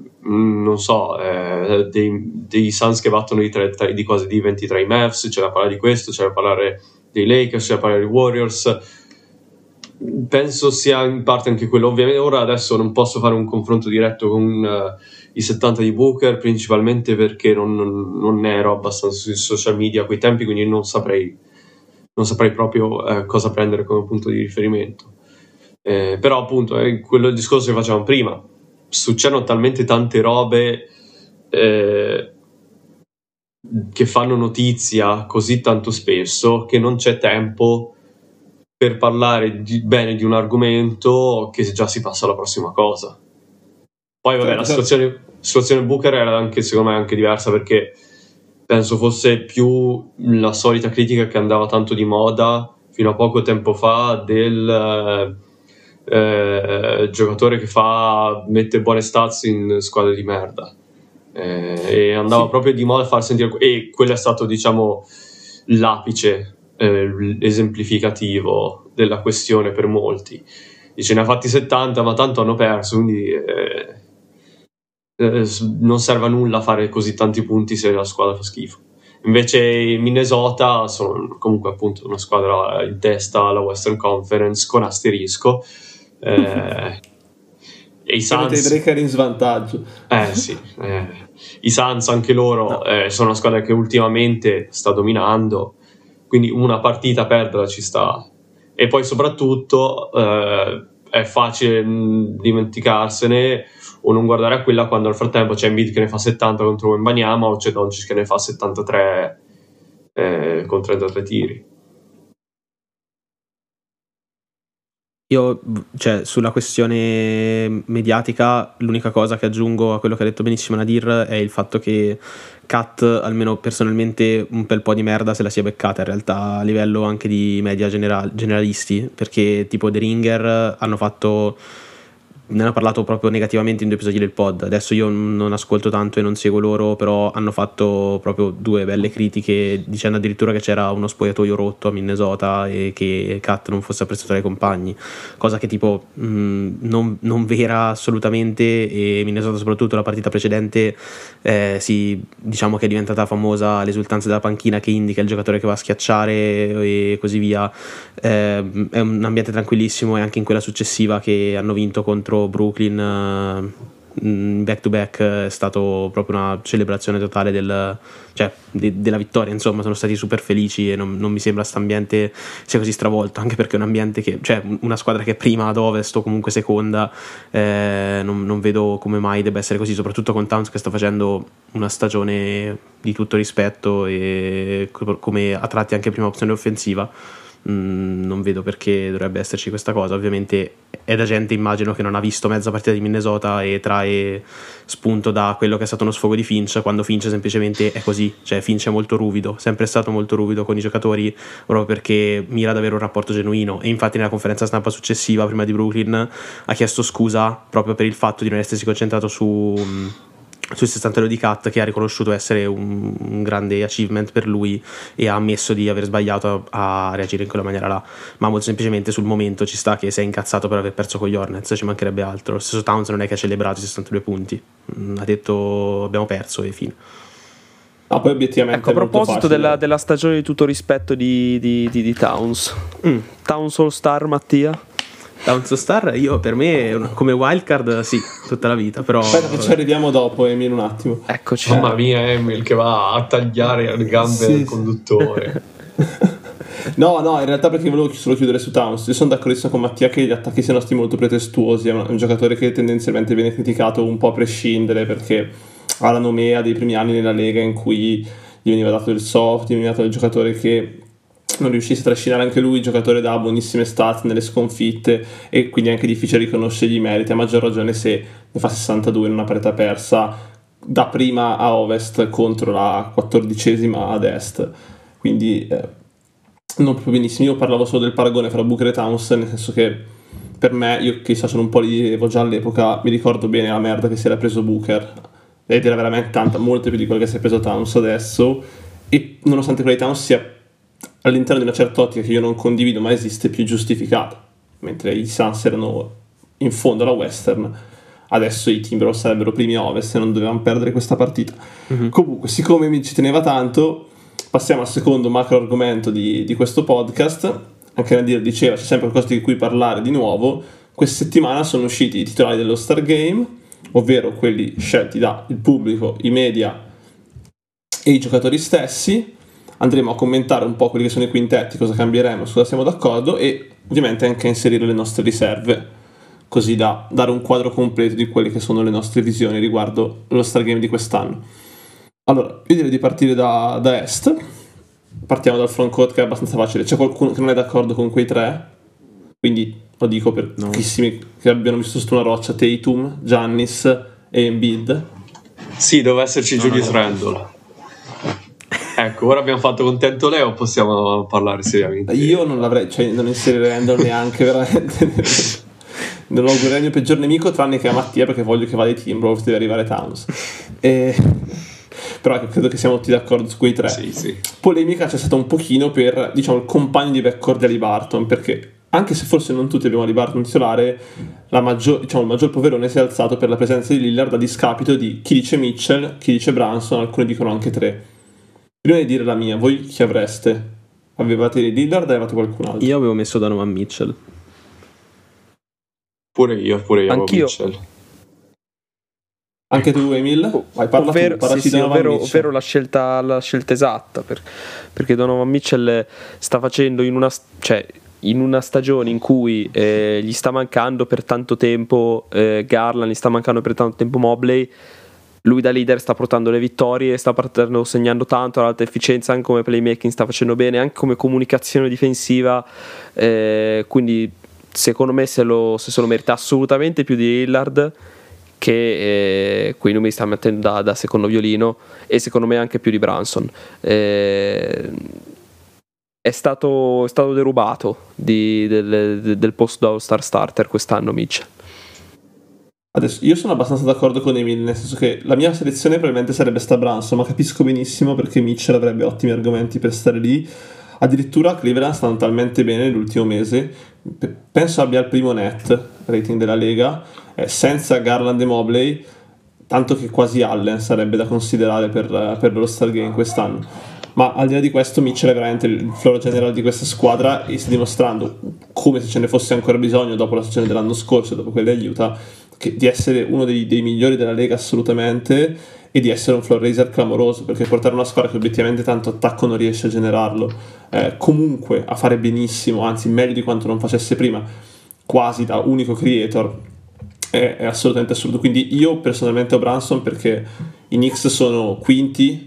dei Suns che battono di cose di 23 i Mavs, c'è da parlare di questo, c'è da parlare dei Lakers, c'è da parlare dei Warriors. Penso sia in parte anche quello. Ovviamente ora adesso non posso fare un confronto diretto con i 70 di Booker, principalmente perché non ero abbastanza sui social media a quei tempi, quindi non saprei proprio cosa prendere come punto di riferimento. Però appunto è quello il discorso che facevamo prima. Succedono talmente tante robe che fanno notizia così tanto spesso che non c'è tempo per parlare bene di un argomento, che già si passa alla prossima cosa. Poi vabbè, la situazione Booker era anche, secondo me, anche diversa, perché penso fosse più la solita critica che andava tanto di moda fino a poco tempo fa del giocatore che mette buone stats in squadre di merda, e andava proprio di moda far sentire, e quello è stato, diciamo, l'apice esemplificativo della questione per molti. Dice, ne ha fatti 70 ma tanto hanno perso, quindi non serve a nulla fare così tanti punti se la squadra fa schifo. Invece Minnesota sono comunque appunto una squadra in testa alla Western Conference con asterisco, e i Suns breaker in svantaggio. Sì, i Suns anche loro sono una squadra che ultimamente sta dominando, quindi una partita perderla ci sta. E poi soprattutto è facile dimenticarsene o non guardare a quella quando nel frattempo c'è Embiid che ne fa 70 contro Wembanyama, o c'è Doncic che ne fa 73 con 33 tiri. Io, cioè, sulla questione mediatica, l'unica cosa che aggiungo a quello che ha detto benissimo Nadir è il fatto che Kat, almeno personalmente, un bel po' di merda se la sia beccata in realtà, a livello anche di media generalisti, perché tipo The Ringer ne hanno parlato proprio negativamente in 2 episodi del pod. Adesso io non ascolto tanto e non seguo loro, però hanno fatto proprio 2 belle critiche, dicendo addirittura che c'era uno spogliatoio rotto a Minnesota e che Kat non fosse apprezzato dai compagni, cosa che tipo non vera assolutamente. E Minnesota, soprattutto la partita precedente, diciamo che è diventata famosa l'esultanza della panchina che indica il giocatore che va a schiacciare e così via. È un ambiente tranquillissimo, e anche in quella successiva che hanno vinto contro Brooklyn back to back è stato proprio una celebrazione totale della vittoria. Insomma, sono stati super felici e non mi sembra sto ambiente sia così stravolto, anche perché è un ambiente che, cioè, una squadra che è prima ad ovest o comunque seconda, non vedo come mai debba essere così, soprattutto con Towns che sta facendo una stagione di tutto rispetto e come a tratti anche prima opzione offensiva. Non vedo perché dovrebbe esserci questa cosa. Ovviamente è da gente, immagino, che non ha visto mezza partita di Minnesota e trae spunto da quello che è stato uno sfogo di Finch, quando Finch semplicemente è così. Cioè Finch è molto ruvido, sempre stato molto ruvido con i giocatori, proprio perché mira ad avere un rapporto genuino. E infatti nella conferenza stampa successiva, prima di Brooklyn, ha chiesto scusa proprio per il fatto di non essersi concentrato sul 60 di Kat, che ha riconosciuto essere un grande achievement per lui, e ha ammesso di aver sbagliato a reagire in quella maniera là, ma molto semplicemente sul momento ci sta che sei incazzato per aver perso con gli Hornets, ci mancherebbe altro. Lo stesso Towns non è che ha celebrato i 62 punti, ha detto abbiamo perso e fine. Poi obiettivamente, ecco, a proposito della stagione di tutto rispetto di Towns, Towns All Star, Mattia? Towns Star, io per me come wildcard sì, tutta la vita, però aspetta che ci arriviamo dopo, Emil, un attimo. Eccoci. Mamma mia, Emil che va a tagliare le gambe del conduttore. No, in realtà perché volevo solo chiudere su Towns. Io sono d'accordissimo con Mattia che gli attacchi siano stati molto pretestuosi. È un giocatore che tendenzialmente viene criticato un po' a prescindere, perché ha la nomea dei primi anni nella Lega in cui gli veniva dato del soft, gli veniva dato del giocatore che non riuscisse a trascinare anche lui, il giocatore da buonissime stats nelle sconfitte, e quindi è anche difficile riconoscergli i meriti, a maggior ragione se ne fa 62 in una partita persa da prima a ovest contro la 14ª ad est. Quindi non proprio benissimo. Io parlavo solo del paragone fra Booker e Towns, nel senso che per me, io che sono un po' lì, già all'epoca, mi ricordo bene la merda che si era preso Booker, ed era veramente tanta, molto più di quello che si è preso Towns adesso, e nonostante quella di Towns sia all'interno di una certa ottica che io non condivido, ma esiste, più giustificata. Mentre i Suns erano in fondo alla Western, adesso i Timberwolves sarebbero primi a Ovest e non dovevamo perdere questa partita. Comunque, siccome mi ci teneva tanto, passiamo al secondo macro argomento di questo podcast. Anche Nadir diceva, c'è sempre qualcosa di cui parlare di nuovo. Questa settimana sono usciti i titolari dello Star Game, ovvero quelli scelti dal pubblico, i media e i giocatori stessi. Andremo a commentare un po' quelli che sono i quintetti, cosa cambieremo, su cosa siamo d'accordo, e ovviamente anche a inserire le nostre riserve, così da dare un quadro completo di quelle che sono le nostre visioni riguardo lo Star Game di quest'anno. Allora, io direi di partire da est. Partiamo dal frontcourt che è abbastanza facile. C'è qualcuno che non è d'accordo con quei tre? Quindi lo dico per pochissimi che abbiano visto su una roccia: Tatum, Giannis e Embiid. Sì, deve esserci Julius Randle. Ecco, ora abbiamo fatto contento Leo, possiamo parlare seriamente. Io non l'avrei, cioè non inserirei Randle neanche, veramente. Non lo augurerei il mio peggior nemico, tranne che a Mattia, perché voglio che vada ai Timberwolves, deve arrivare Towns. Però credo che siamo tutti d'accordo su quei tre. Sì. Polemica c'è stata un pochino per, diciamo, il compagno di backcourt di Haliburton, perché anche se forse non tutti abbiamo Haliburton titolare, il maggior poverone si è alzato per la presenza di Lillard a discapito di chi dice Mitchell, chi dice Brunson, alcuni dicono anche tre. Prima di dire la mia, voi chi avreste? Avevate Lillard o avevate qualcun altro? Io avevo messo Donovan Mitchell. Pure io Anch'io. Mitchell. Anche tu, Emil? Vai, parla ovvero, tu, ovvero la scelta esatta, perché Donovan Mitchell sta facendo in una stagione in cui gli sta mancando per tanto tempo Garland, gli sta mancando per tanto tempo Mobley. Lui da leader sta portando le vittorie, sta segnando tanto all'alta efficienza, anche come playmaking sta facendo bene, anche come comunicazione difensiva, quindi secondo me se lo merita assolutamente più di Lillard, che quei numeri sta mettendo da secondo violino, e secondo me anche più di Brunson. È stato derubato del posto da All-Star starter quest'anno Mitchell. Adesso, io sono abbastanza d'accordo con Emil, nel senso che la mia selezione probabilmente sarebbe sta Brunson, ma capisco benissimo perché Mitchell avrebbe ottimi argomenti per stare lì. Addirittura Cleveland stanno talmente bene nell'ultimo mese, penso abbia il primo net rating della Lega, senza Garland e Mobley, tanto che quasi Allen sarebbe da considerare per lo Star Game quest'anno. Ma al di là di questo, Mitchell è veramente il floor general di questa squadra e sta dimostrando, come se ce ne fosse ancora bisogno dopo la stagione dell'anno scorso, dopo quella di Utah, di essere uno dei migliori della Lega assolutamente, e di essere un floor raiser clamoroso, perché portare una squadra che obiettivamente tanto attacco non riesce a generarlo, comunque a fare benissimo, anzi meglio di quanto non facesse prima, quasi da unico creator, è assolutamente assurdo. Quindi io personalmente ho Brunson perché i Knicks sono quinti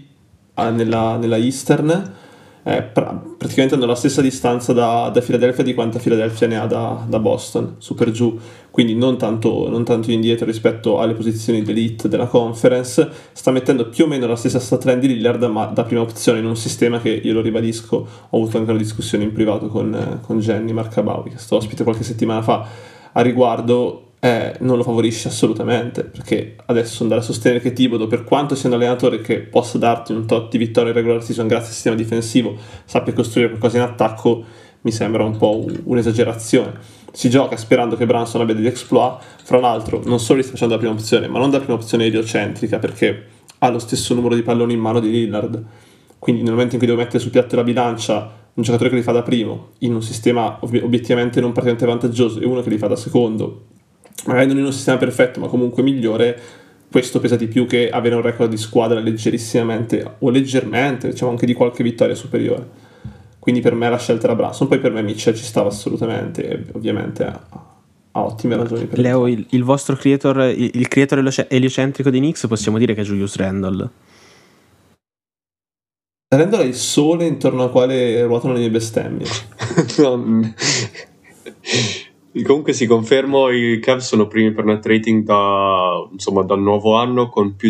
nella Eastern, praticamente hanno la stessa distanza da Philadelphia di quanta Philadelphia ne ha da Boston, su per giù, quindi non tanto indietro rispetto alle posizioni d'elite della conference. Sta mettendo più o meno la stessa stat line di Lillard, ma da prima opzione in un sistema che, io lo ribadisco, ho avuto anche una discussione in privato con Jenny Marcabaui, che è stato ospite qualche settimana fa a riguardo. Non lo favorisce assolutamente, perché adesso andare a sostenere che Thibodeau, per quanto sia un allenatore che possa darti un tot di vittorie in regular season grazie al sistema difensivo, sappia costruire qualcosa in attacco, mi sembra un po' un'esagerazione. Si gioca sperando che Brunson abbia degli exploit, fra l'altro non solo li sta facendo da prima opzione, ma non da prima opzione eliocentrica, perché ha lo stesso numero di palloni in mano di Lillard, quindi nel momento in cui devo mettere sul piatto la bilancia un giocatore che li fa da primo in un sistema obiettivamente non particolarmente vantaggioso e uno che li fa da secondo, magari non in un sistema perfetto ma comunque migliore, questo pesa di più che avere un record di squadra leggerissimamente o leggermente, diciamo anche di qualche vittoria superiore. Quindi per me la scelta era Brunson, poi per me Mitchell ci stava assolutamente, e ovviamente ha ottime ragioni per Leo, il vostro creator, il creator eliocentrico di Knicks possiamo dire che è Julius Randle. Randle è il sole intorno al quale ruotano le mie bestemmie. Comunque si confermo, i Cavs sono primi per net rating dal nuovo anno con più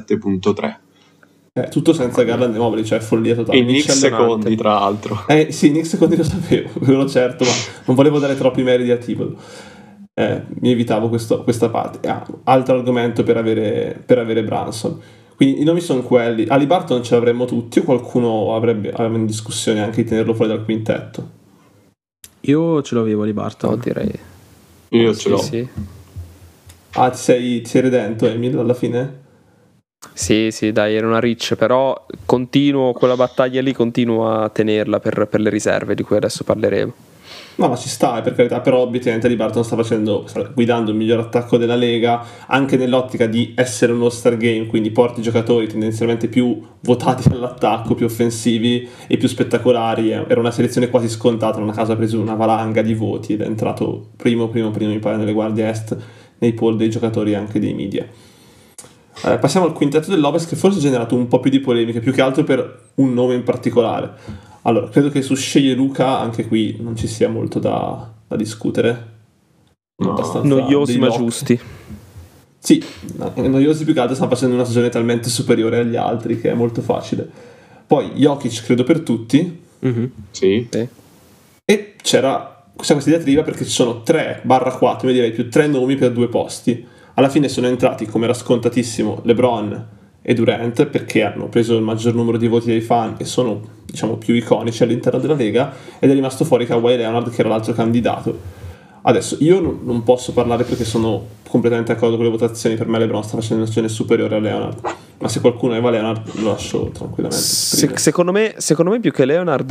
17.3. Tutto senza Garland e Mobley, cioè follia totale. I Knicks secondi, tra l'altro. Sì, i Knicks secondi lo sapevo, quello certo, ma non volevo dare troppi meriti a Thibodeau. Mi evitavo questa parte. Altro argomento per avere Brunson. Quindi i nomi sono quelli. Haliburton ce l'avremmo tutti, o qualcuno avrebbe in discussione anche di tenerlo fuori dal quintetto? Io ce l'avevo Haliburton. No, direi. Io ce l'ho. Sì. Ti sei redento, Emil, alla fine? Sì, dai, era una reach, però quella battaglia lì continuo a tenerla per le riserve di cui adesso parleremo. No, ma ci sta, per carità, però obiettivamente Haliburton sta guidando il miglior attacco della Lega, anche nell'ottica di essere uno All-Star Game, quindi porti giocatori tendenzialmente più votati all'attacco, più offensivi e più spettacolari. Era una selezione quasi scontata, non a caso ha preso una valanga di voti ed è entrato primo mi pare nelle guardie est, nei poll dei giocatori e anche dei media. Passiamo al quintetto dell'Ovest, che forse ha generato un po' più di polemiche, più che altro per un nome in particolare. Allora, credo che su Sceglie Luca anche qui non ci sia molto da discutere. Noiosi ma giusti. Sì, noiosi più che altro, stanno facendo una stagione talmente superiore agli altri che è molto facile. Poi Jokic credo per tutti. Sì. E c'era questa diatriba perché ci sono 3/4, io direi più 3 nomi per 2 posti. Alla fine sono entrati, come era scontatissimo, LeBron e Durant, perché hanno preso il maggior numero di voti dei fan e sono, diciamo, più iconici all'interno della Lega, ed è rimasto fuori Kawhi Leonard, che era l'altro candidato. Adesso io non posso parlare perché sono completamente d'accordo con le votazioni. Per me LeBron sta facendo una stagione superiore a Leonard, ma se qualcuno aveva Leonard lo lascio tranquillamente. Secondo me più che Leonard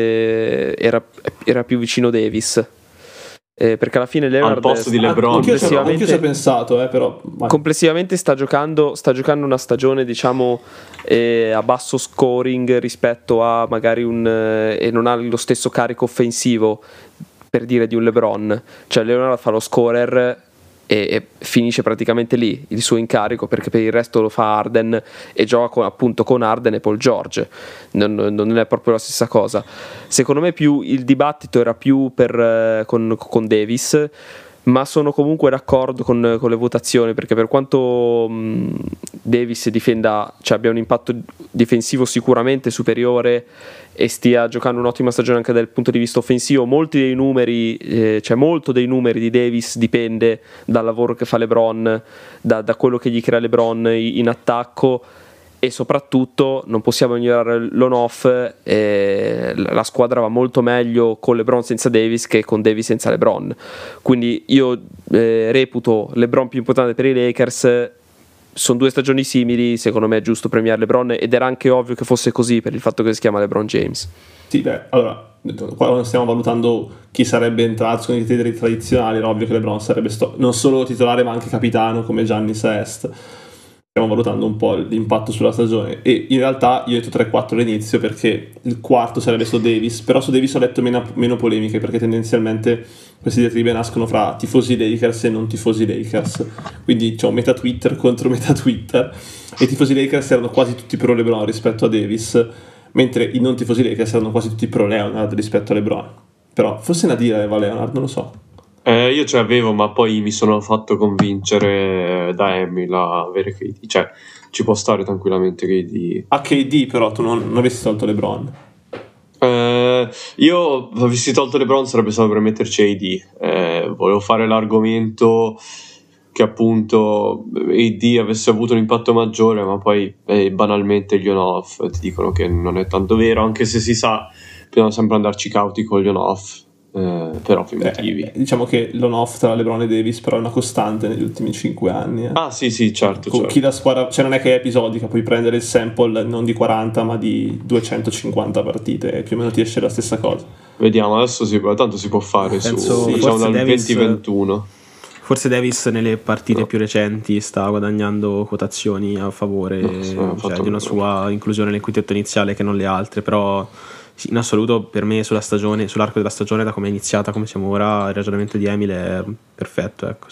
era più vicino Davis, perché alla fine Leonard al posto di LeBron anch'io ci ho pensato, però complessivamente sta giocando una stagione, diciamo, a basso scoring rispetto a magari e non ha lo stesso carico offensivo, per dire, di un LeBron. Cioè Leonard fa lo scorer e finisce praticamente lì il suo incarico, perché per il resto lo fa Harden e gioca appunto con Harden e Paul George. Non è proprio la stessa cosa. Secondo me più il dibattito era più con Davis, ma sono comunque d'accordo con le votazioni, perché per quanto Davis difenda, cioè abbia un impatto difensivo sicuramente superiore e stia giocando un'ottima stagione anche dal punto di vista offensivo, molto dei numeri di Davis dipende dal lavoro che fa LeBron, da quello che gli crea LeBron in attacco, e soprattutto non possiamo ignorare l'on-off. La squadra va molto meglio con LeBron senza Davis che con Davis senza LeBron, quindi io reputo LeBron più importante per i Lakers. Sono 2 stagioni simili, secondo me è giusto premiare LeBron, ed era anche ovvio che fosse così per il fatto che si chiama LeBron James. Sì, allora, qua non stiamo valutando chi sarebbe entrato con i criteri tradizionali, era ovvio che LeBron sarebbe non solo titolare ma anche capitano come Giannis Est. Stiamo valutando un po' l'impatto sulla stagione, e in realtà io ho detto 3-4 all'inizio perché il quarto sarebbe su Davis, però su Davis ho letto meno polemiche, perché tendenzialmente queste diatribe nascono fra tifosi Lakers e non tifosi Lakers, quindi c'è un meta Twitter contro meta Twitter, e i tifosi Lakers erano quasi tutti pro LeBron rispetto a Davis, mentre i non tifosi Lakers erano quasi tutti pro Leonard rispetto a LeBron. Però forse Nadir aveva Leonard, non lo so. Io ce l'avevo, ma poi mi sono fatto convincere da Emil a avere KD. Cioè, ci può stare tranquillamente KD. A KD, però tu non avessi tolto LeBron. Io avessi tolto LeBron sarebbe stato per metterci AD. Volevo fare l'argomento che appunto AD avesse avuto un impatto maggiore, ma poi banalmente gli on-off ti dicono che non è tanto vero, anche se si sa, bisogna sempre andarci cauti con gli on-off. Per ovvi motivi. Diciamo che l'on-off tra LeBron e Davis però è una costante negli ultimi 5 anni. Ah sì, certo. Chi la squadra, cioè non è che è episodica, puoi prendere il sample non di 40 ma di 250 partite e più o meno ti esce la stessa cosa. Vediamo, adesso tanto si può fare. Penso, diciamo dal 2021. Forse Davis nelle partite più recenti sta guadagnando quotazioni a favore di una sua inclusione nel quintetto iniziale che non le altre, però sì, in assoluto per me sull'arco della stagione, da come è iniziata, come siamo ora, il ragionamento di Emil è perfetto, ecco,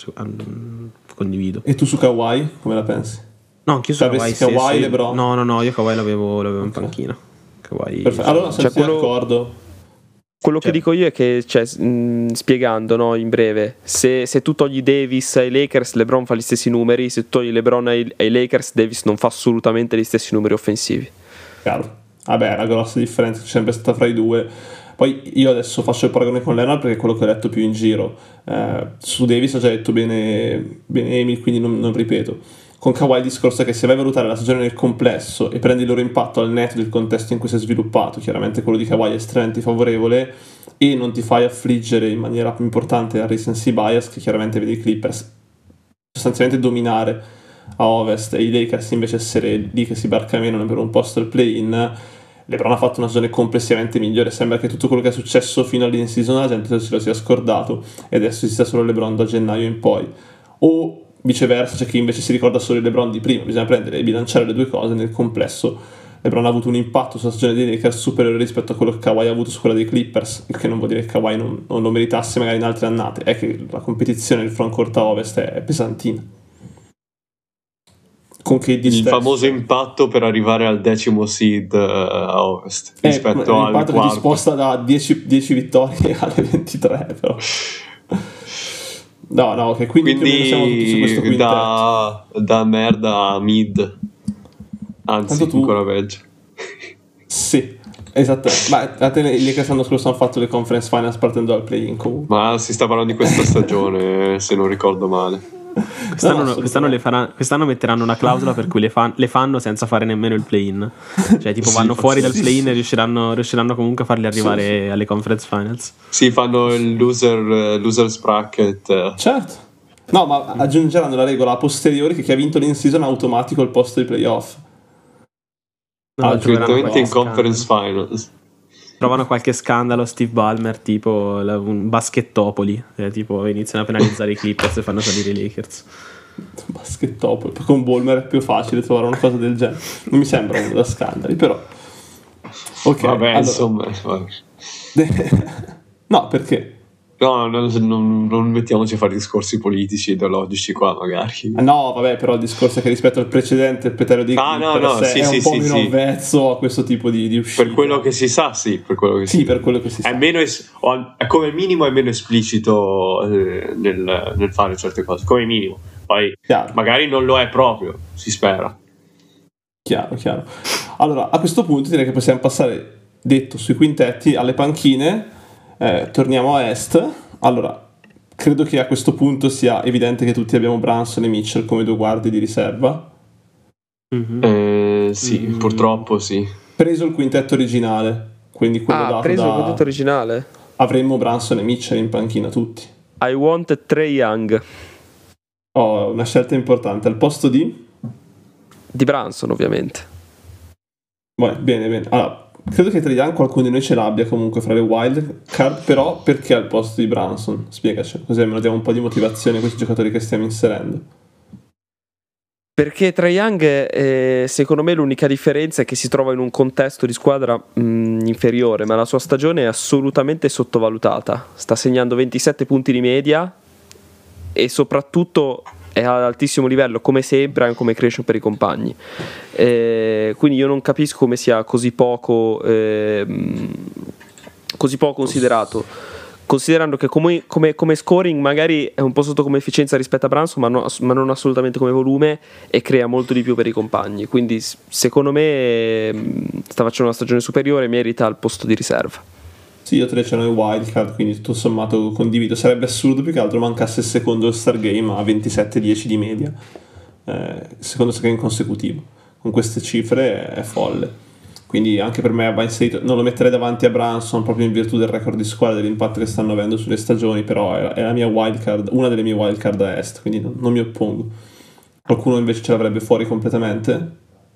condivido. E tu su Kawhi come la pensi? No, anch'io su Kawhi LeBron? No, io Kawhi l'avevo in panchina. Kawhi, perfetto. Allora siamo d'accordo. Quello che dico io è che, spiegando, no, in breve, se tu togli Davis ai Lakers, LeBron fa gli stessi numeri; se tu togli LeBron ai Lakers, Davis non fa assolutamente gli stessi numeri offensivi. Chiaro. Vabbè, la grossa differenza c'è sempre stata fra i due. Poi io adesso faccio il paragone con Leonard perché è quello che ho detto più in giro. Su Davis ho già detto bene Emil, quindi non ripeto. Con Kawhi il discorso è che se vai a valutare la stagione nel complesso e prendi il loro impatto al netto del contesto in cui si è sviluppato, chiaramente quello di Kawhi è estremamente favorevole, e non ti fai affliggere in maniera più importante al recency bias, che chiaramente vedi i Clippers sostanzialmente dominare a Ovest e i Lakers invece essere lì che si barca meno per un posto al play-in. LeBron ha fatto una stagione complessivamente migliore. Sembra che tutto quello che è successo fino all'in season la gente se lo sia scordato e adesso esiste solo LeBron da gennaio in poi, o viceversa c'è chi invece si ricorda solo il LeBron di prima. Bisogna prendere e bilanciare le due cose. Nel complesso LeBron ha avuto un impatto sulla stagione dei Lakers superiore rispetto a quello che Kawhi ha avuto su quella dei Clippers, il che non vuol dire che Kawhi non lo meritasse magari in altre annate, è che la competizione del frontcourt a Ovest è pesantina. con KD il famoso impatto per arrivare al 10° seed a Ovest rispetto al quarto. L'impatto che ti sposta da 10 vittorie alle 23 però. No, che quindi siamo tutti su questo quintetto. Da merda a mid, anzi ancora peggio. Sì, esatto. Ma a te i Lakers l'anno scorso hanno fatto le conference finals partendo dal play-in comunque. Ma si sta parlando di questa stagione se non ricordo male. Quest'anno metteranno una clausola per cui le fanno senza fare nemmeno il play-in, cioè tipo vanno fuori dal play-in e riusciranno comunque a farli arrivare alle conference finals. Sì, fanno il losers bracket. Certo. No, ma aggiungeranno la regola a posteriori che chi ha vinto l'in-season ha automatico il posto di playoff. Direttamente in conference finals. Trovano qualche scandalo Steve Ballmer, tipo un baschettopoli, tipo iniziano a penalizzare i Clippers e fanno salire i Lakers. Baschettopoli, con Ballmer è più facile trovare una cosa del genere. Non mi sembra uno da scandali, però. Ok, vabbè, allora. Insomma. No, perché? No, non mettiamoci a fare discorsi politici ideologici qua, magari. No, vabbè, però il discorso è che rispetto al precedente, il Peterio di Clippers è un po' meno avvezzo a questo tipo di uscita. Per quello che si sa, sì. Per quello che si sa. È come minimo è meno esplicito nel fare certe cose, come minimo. Poi magari non lo è proprio, si spera. Chiaro. Allora, a questo punto direi che possiamo passare, detto sui quintetti, alle panchine. Torniamo a Est. Allora, credo che a questo punto sia evidente che tutti abbiamo Brunson e Mitchell come due guardie di riserva. Sì, purtroppo sì. Preso il quintetto originale, quindi quello preso il quintetto originale. Avremmo Brunson e Mitchell in panchina tutti. I want Trae Young. Oh, una scelta importante. Al posto di Brunson, ovviamente. Bene. Allora, credo che Trae Young qualcuno di noi ce l'abbia comunque fra le wild card, però perché al posto di Brunson? Spiegaci, così almeno diamo un po' di motivazione a questi giocatori che stiamo inserendo. Perché Trae Young, secondo me, l'unica differenza è che si trova in un contesto di squadra inferiore, ma la sua stagione è assolutamente sottovalutata. Sta segnando 27 punti di media e soprattutto è ad altissimo livello, come sempre, anche come cresce per i compagni. Quindi io non capisco come sia così poco considerato, considerando che come scoring magari è un po' sotto come efficienza rispetto a Brunson, ma non assolutamente come volume, e crea molto di più per i compagni. Quindi secondo me sta facendo una stagione superiore e merita il posto di riserva. Sì, io 3 c'erano i wildcard, quindi tutto sommato condivido. Sarebbe assurdo più che altro mancasse il secondo All-Star Game a 27-10 di media, secondo All-Star Game consecutivo. Con queste cifre è folle. Quindi anche per me va inserito, non lo metterei davanti a Brunson proprio in virtù del record di squadra e dell'impatto che stanno avendo sulle stagioni, però è la mia wildcard, una delle mie wildcard a Est, quindi non mi oppongo. Qualcuno invece ce l'avrebbe fuori completamente?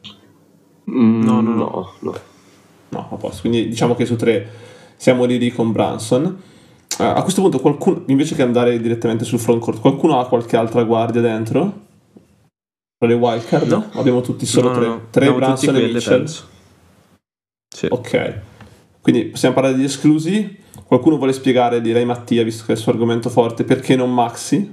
No, a posto. Quindi diciamo che su 3 siamo lì con Brunson. A questo punto qualcuno, invece che andare direttamente sul frontcourt, qualcuno ha qualche altra guardia dentro? Tra le wildcard? No. Abbiamo tutti solo 3. No. 3 Brunson e Mitchell. Sì. Ok. Quindi possiamo parlare degli esclusi. Qualcuno vuole spiegare, direi Mattia, visto che è il suo argomento forte, perché non Maxi?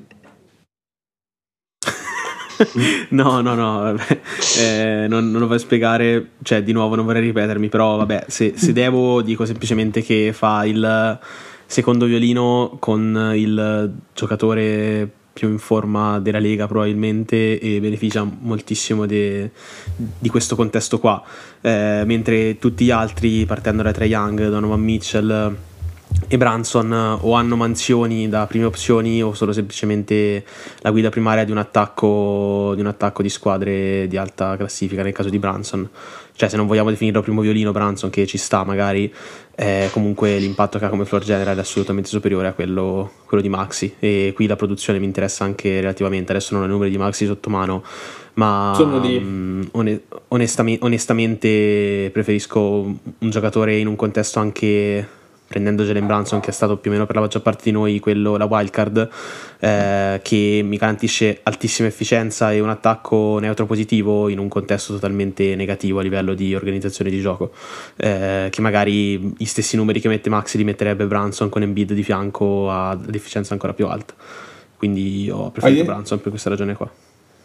No, non lo voglio spiegare, cioè di nuovo non vorrei ripetermi, però vabbè, se devo dico semplicemente che fa il secondo violino con il giocatore più in forma della Lega probabilmente e beneficia moltissimo di questo contesto qua, mentre tutti gli altri, partendo da Trae Young, Donovan Mitchell e Brunson, o hanno mansioni da prime opzioni o solo semplicemente la guida primaria di un attacco di squadre di alta classifica. Nel caso di Brunson, cioè se non vogliamo definirlo primo violino Brunson, che ci sta magari, comunque l'impatto che ha come floor general è assolutamente superiore a quello di Maxi, e qui la produzione mi interessa anche relativamente. Adesso non ho i numeri di Maxi sotto mano, ma onestamente preferisco un giocatore in un contesto, anche prendendo Jalen Brunson, che è stato più o meno per la maggior parte di noi la wildcard, che mi garantisce altissima efficienza e un attacco neutro positivo in un contesto totalmente negativo a livello di organizzazione di gioco, che magari gli stessi numeri che mette Maxi li metterebbe Brunson con Embiid di fianco ad efficienza ancora più alta. Quindi ho preferito Brunson per questa ragione qua.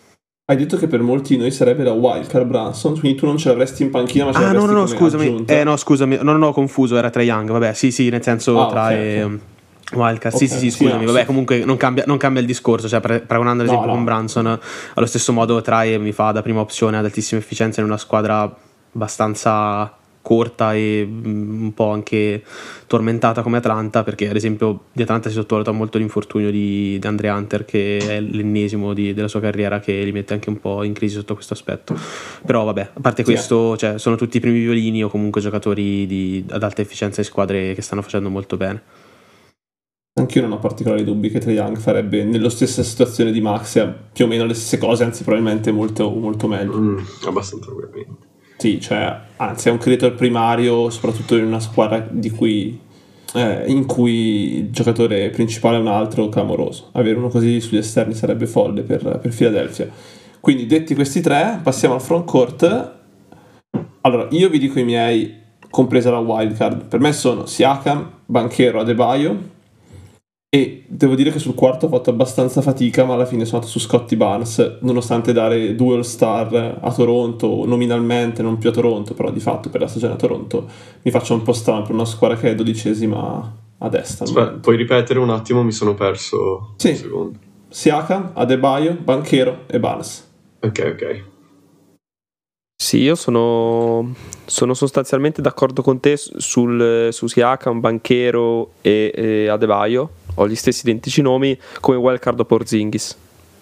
Hai detto che per molti di noi sarebbe la wildcard Brunson, quindi tu non ce l'avresti in panchina, ma ce l'avresti no, come scusami. aggiunta. No, scusami, non ho confuso, era Trae Young, vabbè, sì, nel senso Okay. Wildcard, Okay, sì, scusami, vabbè, sì. comunque non cambia il discorso, cioè paragonando ad esempio con Brunson, allo stesso modo Trae mi fa da prima opzione ad altissima efficienza in una squadra abbastanza corta e un po' anche tormentata come Atlanta, perché ad esempio di Atlanta si sottovaluta molto l'infortunio di Andre Hunter, che è l'ennesimo della sua carriera, che li mette anche un po' in crisi sotto questo aspetto. Però vabbè, a parte questo, cioè, sono tutti i primi violini o comunque giocatori ad alta efficienza in squadre che stanno facendo molto bene. Anch'io non ho particolari dubbi che Trae Young farebbe nella stessa situazione di Max più o meno le stesse cose, anzi probabilmente molto, molto meglio. Abbastanza probabilmente. Sì, cioè, anzi è un creator primario, soprattutto in una squadra in cui il giocatore principale è un altro clamoroso. Avere uno così sugli esterni sarebbe folle per Philadelphia. Quindi, detti questi tre, passiamo al frontcourt. Allora, io vi dico i miei, compresa la wildcard. Per me sono Siakam, Banchero, Adebayo. E devo dire che sul quarto ho fatto abbastanza fatica, ma alla fine sono andato su Scottie Barnes, nonostante dare 2 All-Star a Toronto, nominalmente, non più a Toronto, però di fatto per la stagione a Toronto mi faccio un po' strano per una squadra che è 12ª a destra. Aspetta, puoi ripetere un attimo, mi sono perso un secondo. Siakam, Adebayo, Banchero e Barnes. Ok. Sì, io sono sostanzialmente d'accordo con te su Siakam, Banchero e Adebayo. Ho gli stessi identici nomi, come wildcard o Porzingis.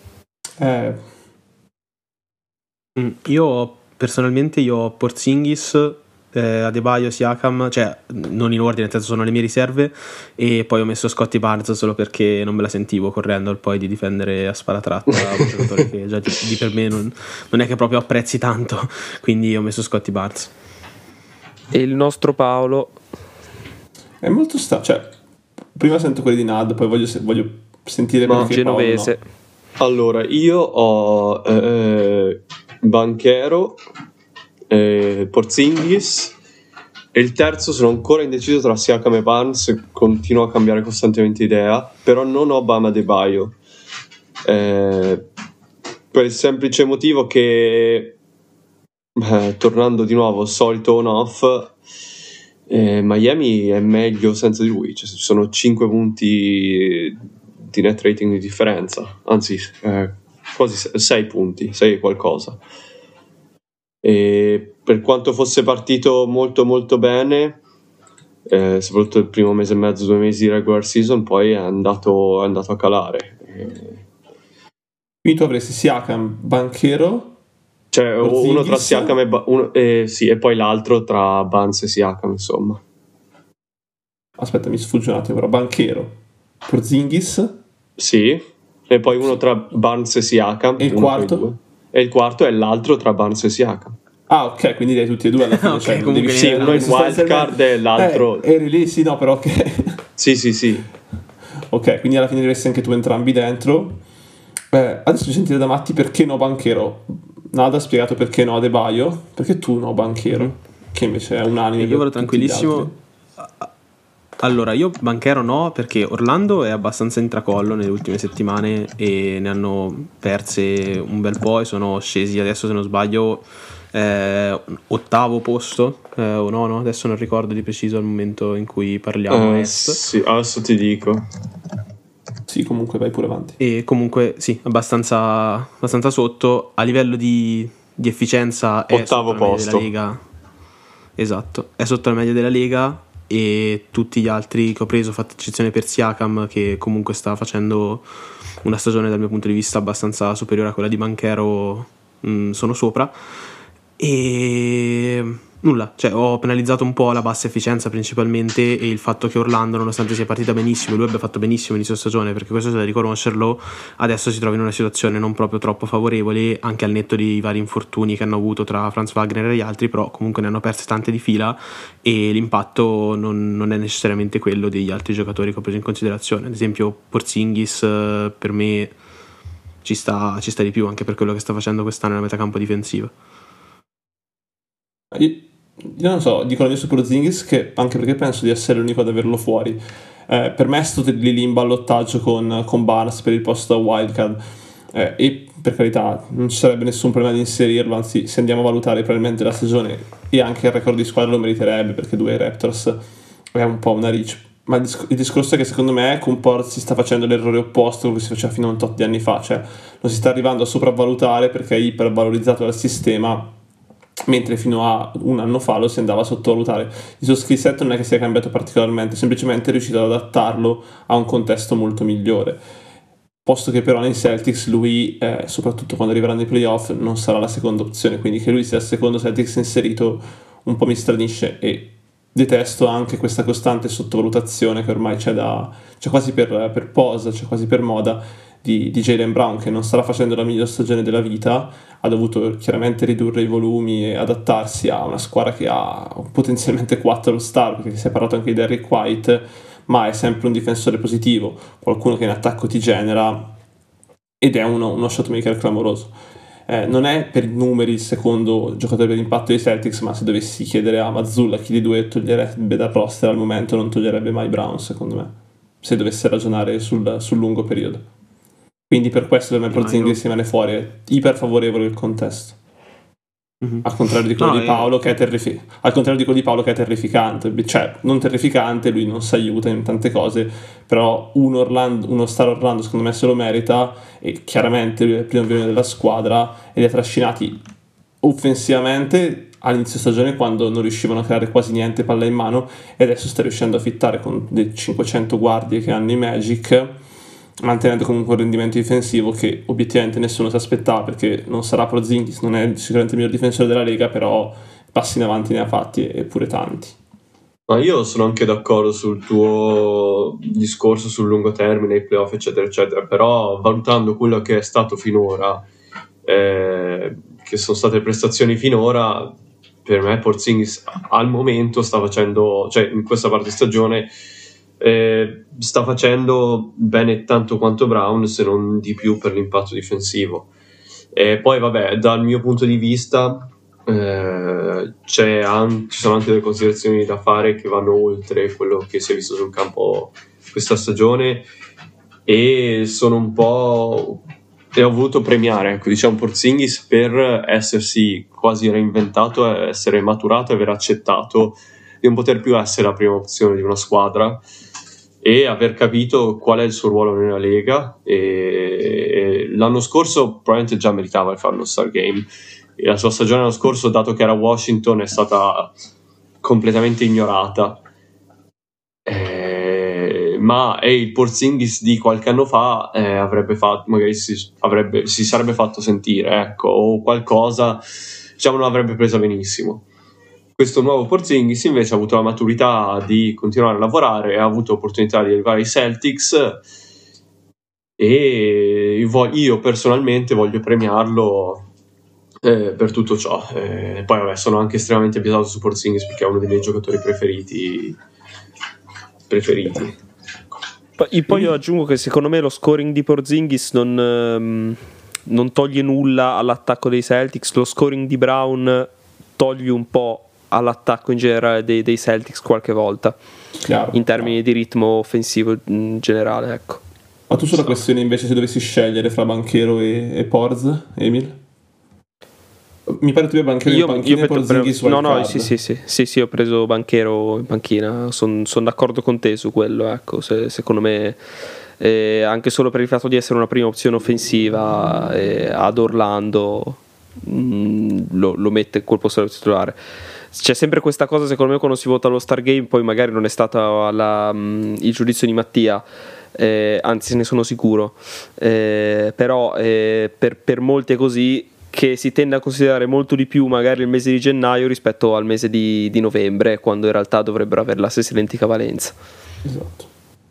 Io personalmente ho Porzingis, Adebayo, Siakam, cioè non in ordine, nel senso sono le mie riserve, e poi ho messo Scottie Barnes solo perché non me la sentivo con Randall poi di difendere a sparatratta un giocatore che già di per me non è che proprio apprezzi tanto, quindi ho messo Scottie Barnes. E il nostro Paolo è molto cioè prima sento quelli di Nad, poi voglio sentire perché genovese. Paolo no. Allora, io ho Banchero, Porzingis, e il terzo sono ancora indeciso tra Siakam e Barnes, continuo a cambiare costantemente idea, però non ho Bam Adebayo, per il semplice motivo che tornando di nuovo solito on-off, Miami è meglio senza di lui, cioè, ci sono 5 punti di net rating di differenza, anzi quasi 6 punti, 6 e qualcosa. E per quanto fosse partito molto molto bene, soprattutto il primo mese e mezzo, 2 mesi di regular season, poi è andato a calare. Quindi tu avresti Siakam, Banchero, cioè Porzingis, uno tra Siakam e poi l'altro tra Barnes e Siakam, insomma. Aspetta, mi sfugge un attimo, però Banchero, Porzingis, sì, e poi uno tra Barnes e Siakam, e il quarto? E il quarto è l'altro tra Barnes e Siakam. Ah, ok, quindi li hai tutti e due alla fine. Okay, cioè, comunque sì, uno in wildcard e l'altro eri lì, sì, no, però ok. sì. Ok, quindi alla fine dovresti anche tu entrambi dentro. Adesso vi sentite da matti perché no Banchero. Nada ha spiegato perché no Adebayo, perché tu no Banchero, che invece è unanime. Io vado tranquillissimo. Allora, io Banchero no, perché Orlando è abbastanza in tracollo nelle ultime settimane e ne hanno perse un bel po' e sono scesi adesso, se non sbaglio, 8º posto o nono, adesso non ricordo di preciso al momento in cui parliamo. Sì, adesso ti dico. Sì, comunque vai pure avanti. E comunque sì, abbastanza sotto a livello di efficienza, è 8º posto della Lega. Esatto, è sotto la media della Lega, e tutti gli altri che ho preso, fatta eccezione per Siakam, che comunque sta facendo una stagione dal mio punto di vista abbastanza superiore a quella di Banchero, sono sopra. E nulla, cioè ho penalizzato un po' la bassa efficienza principalmente, e il fatto che Orlando, nonostante sia partita benissimo e lui abbia fatto benissimo inizio stagione, perché questo c'è da riconoscerlo, adesso si trova in una situazione non proprio troppo favorevole, anche al netto dei vari infortuni che hanno avuto tra Franz Wagner e gli altri, però comunque ne hanno perse tante di fila e l'impatto non è necessariamente quello degli altri giocatori che ho preso in considerazione. Ad esempio Porzingis per me ci sta di più, anche per quello che sta facendo quest'anno nella metacampo difensiva. Io non so, dico la mia su Porzingis, che anche perché penso di essere l'unico ad averlo fuori. Per me è stato lì in ballottaggio con Barnes per il posto da wildcard, e per carità, non ci sarebbe nessun problema di inserirlo, anzi se andiamo a valutare probabilmente la stagione e anche il record di squadra lo meriterebbe, perché 2 Raptors è un po' una reach. Ma il discorso è che secondo me con Porz si sta facendo l'errore opposto a quello che si faceva fino a un tot di anni fa, cioè lo si sta arrivando a sopravvalutare perché è ipervalorizzato dal sistema, mentre fino a un anno fa lo si andava a sottovalutare. Il suo skill set non è che sia cambiato particolarmente, semplicemente è riuscito ad adattarlo a un contesto molto migliore, posto che però nei Celtics lui, soprattutto quando arriveranno i playoff, non sarà la seconda opzione, quindi che lui sia il secondo Celtics inserito un po' mi stranisce, e detesto anche questa costante sottovalutazione che ormai c'è quasi per posa, c'è quasi per moda di Jaylen Brown, che non starà facendo la miglior stagione della vita, ha dovuto chiaramente ridurre i volumi e adattarsi a una squadra che ha potenzialmente 4 all-star, perché si è parlato anche di Derrick White, ma è sempre un difensore positivo, qualcuno che in attacco ti genera, ed è uno shot maker clamoroso. Non è per i numeri il secondo giocatore per impatto dei Celtics, ma se dovessi chiedere a Mazzulla chi dei due toglierebbe dal roster al momento, non toglierebbe mai Brown, secondo me, se dovesse ragionare sul lungo periodo. Quindi per questo per me Porzingis rimane fuori, è iper favorevole il contesto. Al contrario di quello di Paolo che è al contrario di quello di Paolo che è terrificante, cioè non terrificante, lui non si aiuta in tante cose, però uno star Orlando secondo me se lo merita, e chiaramente lui è il primo violino della squadra, ed è trascinati offensivamente all'inizio stagione quando non riuscivano a creare quasi niente palla in mano, e adesso sta riuscendo a fittare con le 500 guardie che hanno i Magic, mantenendo comunque un rendimento difensivo che obiettivamente nessuno si aspettava, perché non sarà Porzingis, non è sicuramente il miglior difensore della Lega, però passi in avanti ne ha fatti, e pure tanti. Ma io sono anche d'accordo sul tuo discorso sul lungo termine, i playoff eccetera eccetera, però valutando quello che è stato finora, che sono state le prestazioni finora, per me Porzingis al momento sta facendo, cioè in questa parte di stagione sta facendo bene tanto quanto Brown, se non di più, per l'impatto difensivo. Poi vabbè, dal mio punto di vista ci sono anche delle considerazioni da fare che vanno oltre quello che si è visto sul campo questa stagione, e sono un po', e ho voluto premiare, ecco, diciamo, Porzingis per essersi quasi reinventato, essere maturato e aver accettato di non poter più essere la prima opzione di una squadra, e aver capito qual è il suo ruolo nella Lega, e l'anno scorso probabilmente già meritava di fare uno Star Game, e la sua stagione l'anno scorso, dato che era Washington, è stata completamente ignorata, ma il Porzingis di qualche anno fa avrebbe fatto, magari si sarebbe fatto sentire, ecco, o qualcosa, diciamo, non avrebbe presa benissimo. Questo nuovo Porzingis invece ha avuto la maturità di continuare a lavorare, ha avuto l'opportunità di arrivare ai Celtics, e io personalmente voglio premiarlo per tutto ciò. Poi vabbè, sono anche estremamente biasato su Porzingis perché è uno dei miei giocatori preferiti. Poi io aggiungo che secondo me lo scoring di Porzingis non toglie nulla all'attacco dei Celtics, lo scoring di Brown toglie un po' all'attacco in generale dei Celtics qualche volta, chiaro, in termini di ritmo offensivo in generale, ecco. Ma tu sulla questione invece, se dovessi scegliere fra Banchero e Porz, Emil? Mi pare tu abbia Banchero in panchina e Porzingis no, sì, ho preso Banchero in panchina, sono d'accordo con te su quello, ecco, secondo me anche solo per il fatto di essere una prima opzione offensiva ad Orlando lo mette col posto del titolare. C'è sempre questa cosa, secondo me, quando si vota allo Star Game, poi magari non è stato il giudizio di Mattia, anzi ne sono sicuro, però per molti è così, che si tende a considerare molto di più magari il mese di gennaio rispetto al mese di novembre, quando in realtà dovrebbero avere la stessa identica valenza. Esatto.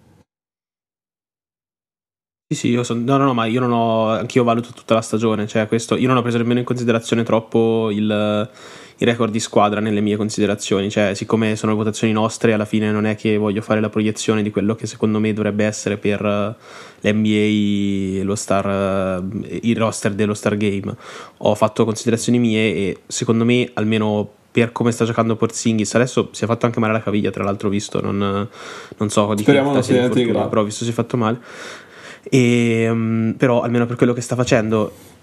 Sì, ma io non ho, anch'io valuto tutta la stagione, cioè questo, io non ho preso nemmeno in considerazione troppo il record di squadra nelle mie considerazioni, cioè siccome sono votazioni nostre, alla fine non è che voglio fare la proiezione di quello che secondo me dovrebbe essere per l'NBA, il roster dello Star Game. Ho fatto considerazioni mie e secondo me, almeno per come sta giocando Porzingis, adesso si è fatto anche male alla caviglia, tra l'altro, visto, non so di speriamo che sia infortunio, però visto si è fatto male. Però almeno per quello che sta facendo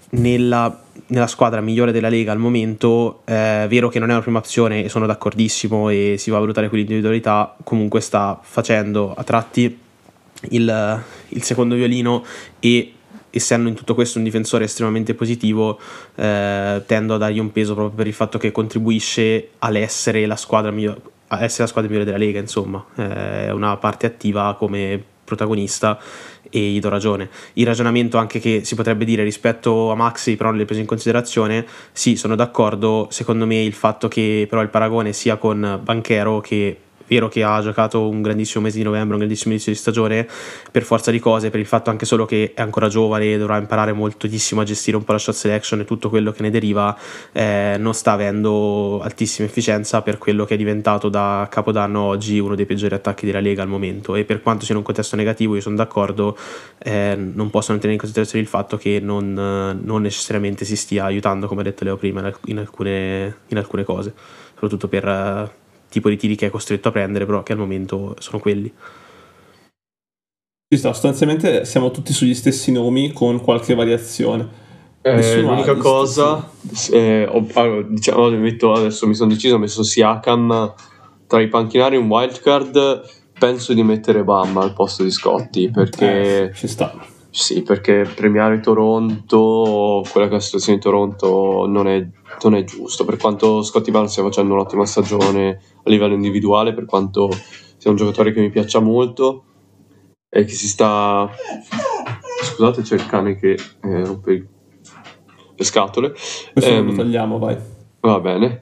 nella squadra migliore della Lega al momento, vero che non è una prima opzione e sono d'accordissimo e si va a valutare quell'individualità, comunque sta facendo a tratti il secondo violino, e essendo in tutto questo un difensore estremamente positivo, tendo a dargli un peso proprio per il fatto che contribuisce all'essere la squadra migliore della Lega, insomma è una parte attiva come protagonista e gli do ragione. Il ragionamento anche che si potrebbe dire rispetto a Maxi però non l'hai preso in considerazione, sì, sono d'accordo. Secondo me il fatto che però il paragone sia con Banchero, che vero che ha giocato un grandissimo mese di novembre, un grandissimo inizio di stagione, per forza di cose, per il fatto anche solo che è ancora giovane e dovrà imparare moltissimo a gestire un po' la shot selection e tutto quello che ne deriva, non sta avendo altissima efficienza per quello che è diventato da Capodanno oggi uno dei peggiori attacchi della Lega al momento. E per quanto sia in un contesto negativo, io sono d'accordo, non posso non tenere in considerazione il fatto che non necessariamente si stia aiutando, come ha detto Leo prima, in alcune cose, soprattutto per tipo di tiri che è costretto a prendere, però che al momento sono quelli. Ci sta, sostanzialmente siamo tutti sugli stessi nomi con qualche variazione. L'unica cosa, diciamo, adesso mi sono deciso, ho messo Siakam tra i panchinari, un wildcard. Penso di mettere Bam al posto di Scotti, perché ci sta. Sì, perché premiare Toronto, quella che è la situazione di Toronto, non è giusto. Per quanto Scottie Barnes stia facendo un'ottima stagione a livello individuale, per quanto sia un giocatore che mi piaccia molto e che si sta... Scusate, c'è il cane che rompe le scatole. Questo lo tagliamo, vai. Va bene.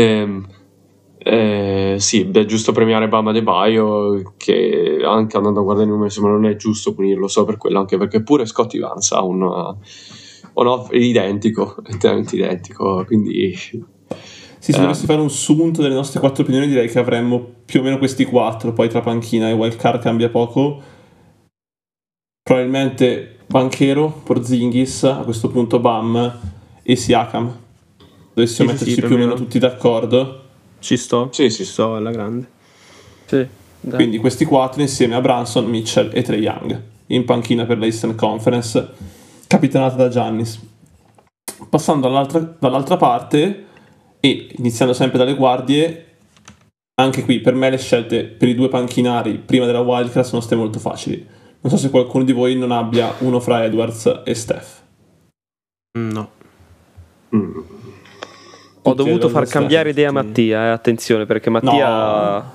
Sì, è giusto premiare Bam Adebayo, che anche andando a guardare i numeri insomma non è giusto punirlo solo per quello, anche perché pure Scottie Barnes ha un off identico, letteralmente identico, quindi sì, se dovessi fare un sunto delle nostre 4 opinioni, direi che avremmo più o meno questi 4, poi tra panchina e wildcard cambia poco. Probabilmente Banchero, Porzingis, a questo punto Bam e Siakam. Dovessimo metterci più o meno tutti d'accordo. Ci sto, sì, sto alla grande. Sì, quindi questi 4 insieme a Brunson, Mitchell e Trae Young in panchina per la Eastern Conference, capitanata da Giannis. Passando dall'altra parte e iniziando sempre dalle guardie, anche qui per me le scelte per i 2 panchinari prima della wildcard sono state molto facili. Non so se qualcuno di voi non abbia uno fra Edwards e Steph. No. Ho dovuto far cambiare idea a Mattia, attenzione, perché Mattia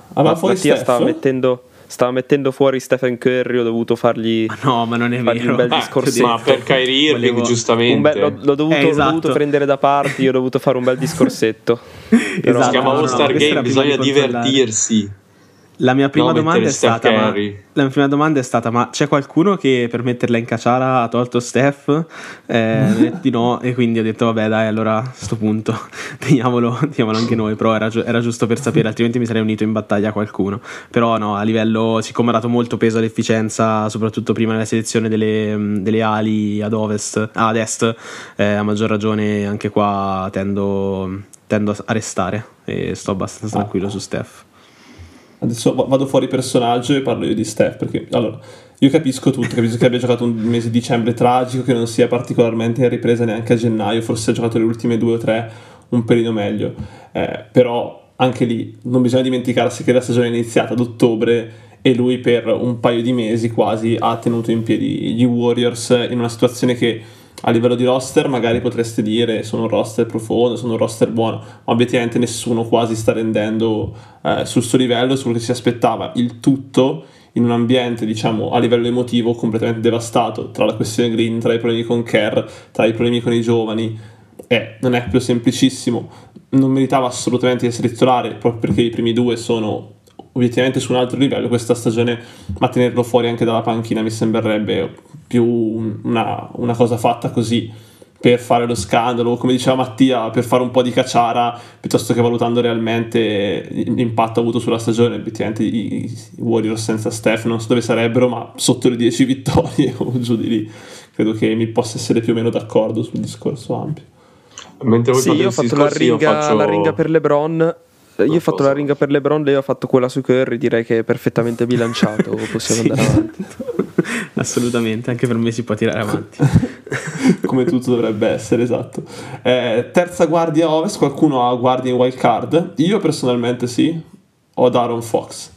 stava mettendo fuori Stephen Curry, ho dovuto fargli no, ma non è vero. Un bel discorsetto. Ma per Kyrie Irving giustamente l'ho dovuto prendere da parte, io ho dovuto fare un bel discorsetto. Però, si chiama All-Star Game, bisogna divertirsi. La mia prima domanda è stata: ma c'è qualcuno che per metterla in cacciara ha tolto Steph? Mi ha detto di no, e quindi ho detto vabbè dai, allora a sto punto teniamolo anche noi. Però era giusto per sapere, altrimenti mi sarei unito in battaglia a qualcuno. Però no, a livello, siccome ha dato molto peso all'efficienza, soprattutto prima nella selezione delle ali ad est, a maggior ragione anche qua tendo a restare e sto abbastanza tranquillo su Steph. Adesso vado fuori personaggio e parlo io di Steph, perché allora io capisco tutto, capisco che abbia giocato un mese di dicembre tragico, che non sia particolarmente in ripresa neanche a gennaio, forse ha giocato le ultime 2 o 3 un pelino meglio, però anche lì non bisogna dimenticarsi che la stagione è iniziata ad ottobre e lui per un paio di mesi quasi ha tenuto in piedi gli Warriors in una situazione che a livello di roster magari potreste dire sono un roster profondo, sono un roster buono, ma obiettivamente nessuno quasi sta rendendo sul suo livello, su quello che si aspettava, il tutto in un ambiente diciamo a livello emotivo completamente devastato, tra la questione Green, tra i problemi con Kerr, tra i problemi con i giovani, non è più semplicissimo, non meritava assolutamente di essere titolare proprio perché i primi 2 sono obiettivamente su un altro livello questa stagione, ma tenerlo fuori anche dalla panchina mi sembrerebbe più una cosa fatta così per fare lo scandalo, come diceva Mattia, per fare un po' di cacciara piuttosto che valutando realmente l'impatto avuto sulla stagione. Obiettivamente i Warriors senza Steph non so dove sarebbero, ma sotto le 10 vittorie o giù di lì credo che mi possa essere più o meno d'accordo sul discorso ampio. Mentre voi io ho fatto la ringa per LeBron. Io ho fatto la ringa per LeBron, lei ha fatto quella su Curry, direi che è perfettamente bilanciato, possiamo andare avanti. Assolutamente, anche per me si può tirare avanti. Come tutto dovrebbe essere, esatto. Terza guardia ovest, qualcuno ha guardia in wild card? Io personalmente sì, ho Darren Fox.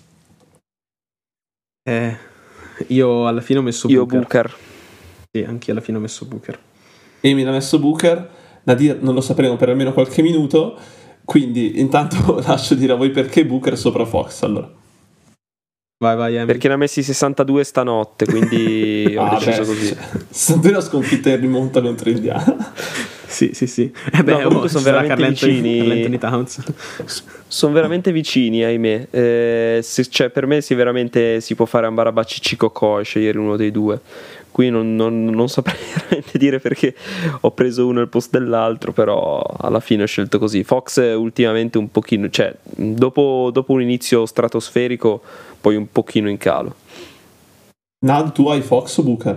Io alla fine ho messo Booker. Sì, anche alla fine ho messo Booker. Emil ha messo Booker, Nadir non lo sapremo per almeno qualche minuto, quindi intanto lascio dire a voi perché Booker sopra Fox, allora. Vai, Emil. Perché ne ha messi 62 stanotte, quindi ho deciso così. Stasera sconfitta in rimonta contro Indiana. Sì. Comunque sono veramente vicini. Sono veramente vicini, ahimè. Per me veramente si può fare Ambarabacci Cicocò e scegliere uno dei due. Qui non saprei veramente dire perché ho preso uno al posto dell'altro, però alla fine ho scelto così. Fox ultimamente un pochino, cioè dopo un inizio stratosferico, poi un pochino in calo. Nad, tu hai Fox o Booker?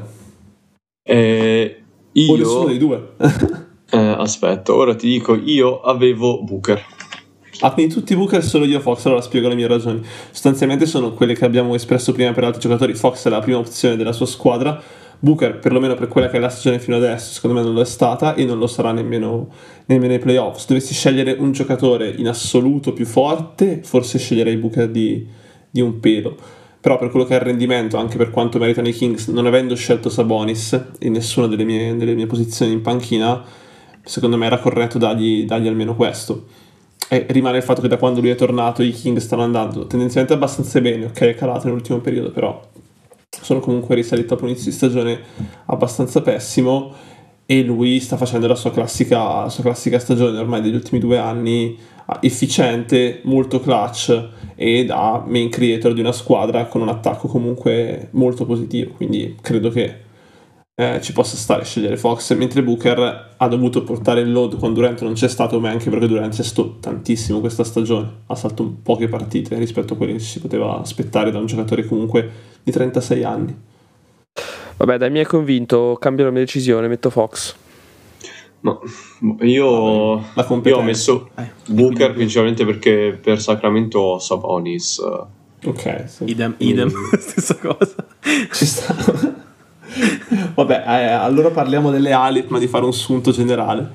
Io... O nessuno dei due? Aspetta, ora ti dico, io avevo Booker. Quindi tutti Booker, solo io Fox. Allora spiego le mie ragioni. Sostanzialmente sono quelle che abbiamo espresso prima per altri giocatori. Fox è la prima opzione della sua squadra. Booker, perlomeno per quella che è la stagione fino adesso, secondo me non lo è stata e non lo sarà nemmeno nei playoff. Se dovessi scegliere un giocatore in assoluto più forte, forse sceglierei Booker di un pelo. Però per quello che è il rendimento, anche per quanto meritano i Kings, non avendo scelto Sabonis in nessuna delle mie posizioni in panchina, secondo me era corretto dargli almeno questo. E rimane il fatto che da quando lui è tornato i Kings stanno andando tendenzialmente abbastanza bene, ok, è calato nell'ultimo periodo, però sono comunque risaliti dopo un inizio di stagione abbastanza pessimo e lui sta facendo la sua classica stagione ormai degli ultimi 2 anni, efficiente, molto clutch e da main creator di una squadra con un attacco comunque molto positivo, quindi credo che ci possa stare a scegliere Fox, mentre Booker ha dovuto portare il load quando Durant non c'è stato, ma anche perché Durant c'è stato tantissimo questa stagione, ha saltato poche partite rispetto a quelle che si poteva aspettare da un giocatore comunque di 36 anni. Vabbè, dai, mi hai convinto, cambio la mia decisione, metto Fox. No, io ho messo Booker principalmente perché per Sacramento ho Sabonis. Ok, sì. Idem, stessa cosa. Ci sta. Vabbè, allora parliamo delle ali prima di fare un sunto generale.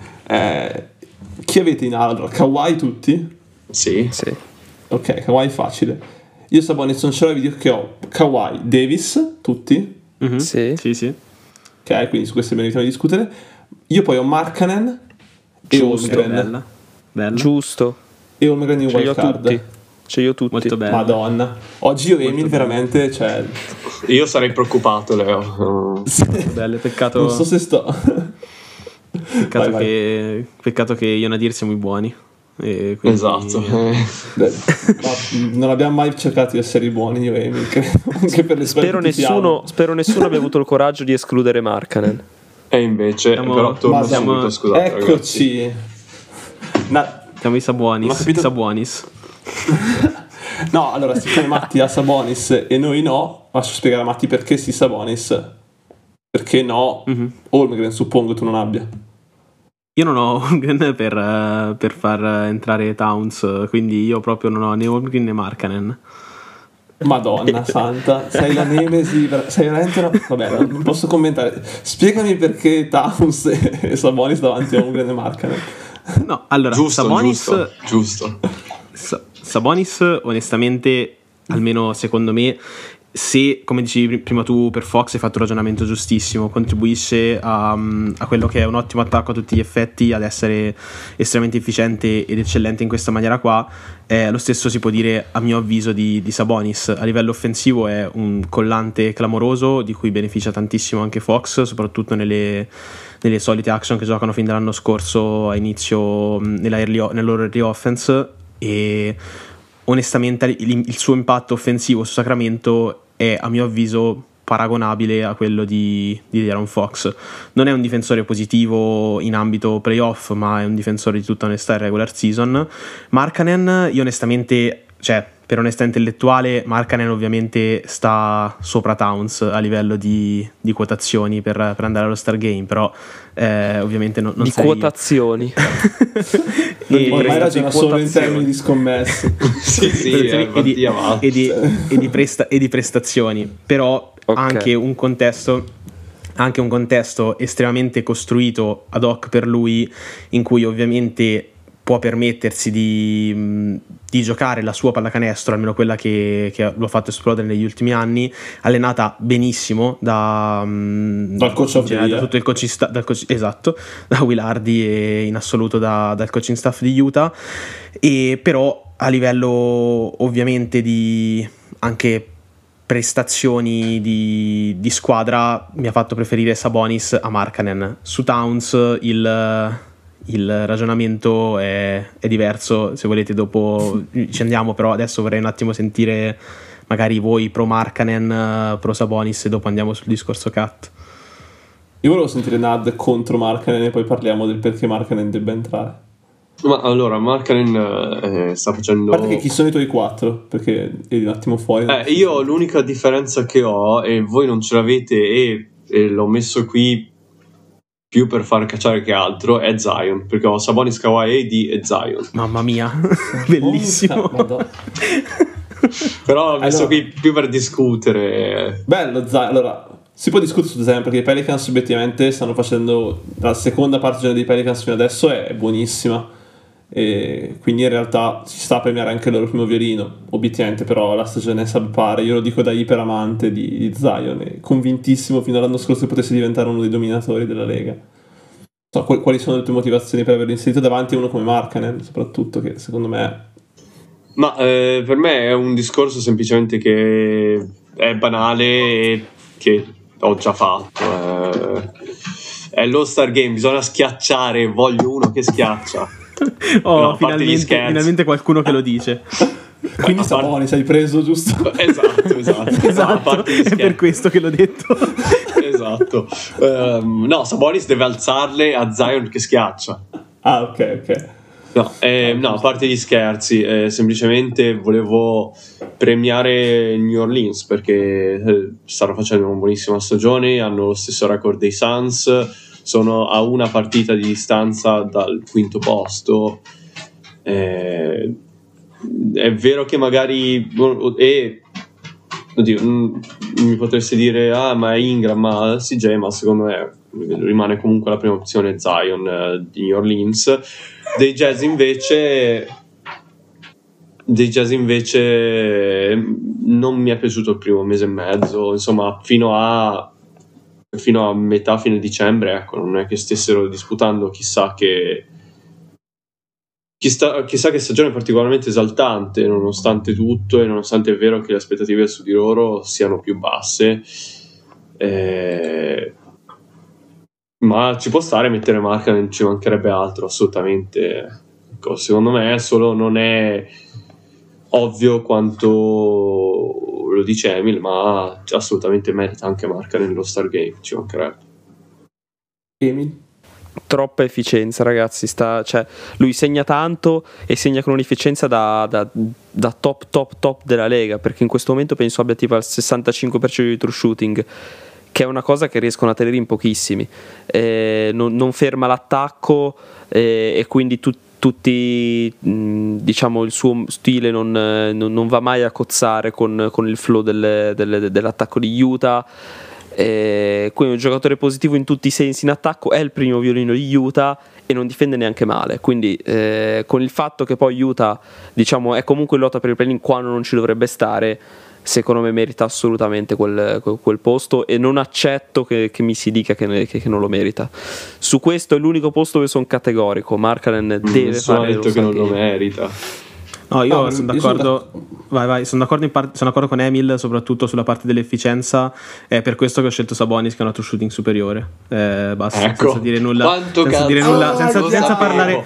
Chi avete in ala? Allora, Kawhi tutti? Sì. Ok, Kawhi facile. Io Sabonis non ce l'ho, vi dico che ho Kawhi, Davis, tutti? Mm-hmm. Sì. Ok, quindi su questo meritiamo di discutere. Io poi ho Markkanen e Holmgren. Bella. Giusto. E Holmgren in wild card. C'è io tutti. Molto bello. Madonna. Oggi io Emil veramente, cioè... Io sarei preoccupato, Leo. Bello, peccato. Non so se sto... Peccato che io e Nadir siamo i buoni. E quindi... Esatto. Non abbiamo mai cercato di essere i buoni io e Emil, credo. Anche per le spero nessuno abbia avuto il coraggio di escludere Markkanen. E invece però torno subito, scusate. Eccoci. Siamo i Sabonis. No, allora siccome Matti ha Sabonis e noi no, lascio spiegare a Matti perché sì Sabonis, perché no Holmgren, suppongo tu non abbia. Io non ho Holmgren per far entrare Towns, quindi io proprio non ho né Holmgren né Markkanen. Madonna santa, sei la nemesi, sei veramente una... Vabbè, non posso commentare. Spiegami perché Towns e Sabonis davanti a Holmgren e Markkanen. No, allora giusto. Sabonis onestamente, almeno secondo me, se come dicevi prima tu per Fox hai fatto un ragionamento giustissimo, contribuisce a quello che è un ottimo attacco a tutti gli effetti, ad essere estremamente efficiente ed eccellente in questa maniera qua. Lo stesso si può dire a mio avviso di Sabonis. A livello offensivo è un collante clamoroso di cui beneficia tantissimo anche Fox, soprattutto nelle solite action che giocano fin dall'anno scorso a inizio nella loro early offense, e onestamente il suo impatto offensivo su Sacramento è a mio avviso paragonabile a quello di De'Aaron Fox. Non è un difensore positivo in ambito playoff, ma è un difensore di tutta onestà in regular season. Markkanen, io onestamente, cioè per onestà intellettuale, Markkanen ovviamente sta sopra Towns a livello di quotazioni per andare allo Star Game, però ovviamente non di quotazioni. Ormai ragiona solo in termini di scommesse. e di prestazioni, però okay. Anche un contesto anche un contesto estremamente costruito ad hoc per lui, in cui ovviamente può permettersi di giocare la sua pallacanestro, almeno quella che lo ha fatto esplodere negli ultimi anni, allenata benissimo dal coach of the year. da tutto il esatto, da Will Hardy e in assoluto dal coaching staff di Utah, e però a livello ovviamente di anche prestazioni di squadra mi ha fatto preferire Sabonis a Markkanen. Su Towns il ragionamento è diverso, se volete dopo ci andiamo, però adesso vorrei un attimo sentire magari voi pro Markkanen, pro Sabonis, e dopo andiamo sul discorso Cat. Io volevo sentire Nad contro Markkanen e poi parliamo del perché Markkanen debba entrare. Ma allora Markkanen sta facendo... A parte che chi sono i tuoi 4? Perché eri un attimo fuori. Io l'unica differenza che ho, e voi non ce l'avete e l'ho messo qui più per far cacciare che altro, è Zion, perché ho Sabonis, Kawhi, AD e Zion. Mamma mia, bellissimo. Però l'ho messo qui più per discutere. Bello Zion. Allora, si può discutere su Zion perché i Pelicans obiettivamente stanno facendo, la seconda parte dei Pelicans fino adesso è buonissima, e quindi in realtà ci sta a premiare anche il loro primo violino, obiettivamente. Però la stagione è salpare, io lo dico da iperamante di Zion, e convintissimo fino all'anno scorso che potesse diventare uno dei dominatori della Lega. So, quali sono le tue motivazioni per averlo inserito davanti a uno come Markkanen, soprattutto, che secondo me... Ma per me è un discorso semplicemente che è banale e che ho già fatto. È l'All-Star Game, bisogna schiacciare, voglio uno che schiaccia. No, finalmente qualcuno che lo dice. Quindi Sabonis hai preso, giusto? Esatto, è per questo che l'ho detto. Esatto. No, Sabonis deve alzarle a Zion che schiaccia. Ah, ok. No, a parte gli scherzi, semplicemente volevo premiare New Orleans perché stanno facendo una buonissima stagione, hanno lo stesso record dei Suns, sono a una partita di distanza dal quinto posto. È vero che magari mi potreste dire ma è Ingram, ma CJ, ma secondo me rimane comunque la prima opzione Zion di New Orleans. Dei Jazz invece non mi è piaciuto il primo mese e mezzo, insomma fino a metà, fine dicembre, ecco, non è che stessero disputando chissà che stagione particolarmente esaltante, nonostante tutto, e nonostante è vero che le aspettative su di loro siano più basse, ma ci può stare mettere Markkanen, ci mancherebbe altro, assolutamente. Ecco, secondo me solo non è ovvio quanto lo dice Emil, ma assolutamente merita anche Markkanen nello Star Game, ci mancherebbe. Emil? Troppa efficienza, ragazzi, cioè, lui segna tanto e segna con un'efficienza da top della Lega, perché in questo momento penso abbia tipo al 65% di true shooting, che è una cosa che riescono a tenere in pochissimi. Non ferma l'attacco, e quindi tutti, diciamo, il suo stile non va mai a cozzare con il flow dell'attacco di Utah. Quindi un giocatore positivo in tutti i sensi in attacco, è il primo violino di Utah e non difende neanche male, quindi con il fatto che poi Utah, diciamo, è comunque in lotta per il play-in quando non ci dovrebbe stare, secondo me merita assolutamente quel posto, e non accetto che mi si dica che non lo merita. Su questo è l'unico posto dove sono categorico: Markkanen deve fare detto che non lo merita. No, io sono d'accordo. Vai, sono d'accordo con Emil, soprattutto sulla parte dell'efficienza. È per questo che ho scelto Sabonis, che ha una true shooting superiore. Basta, ecco. Senza dire nulla. Senza parlare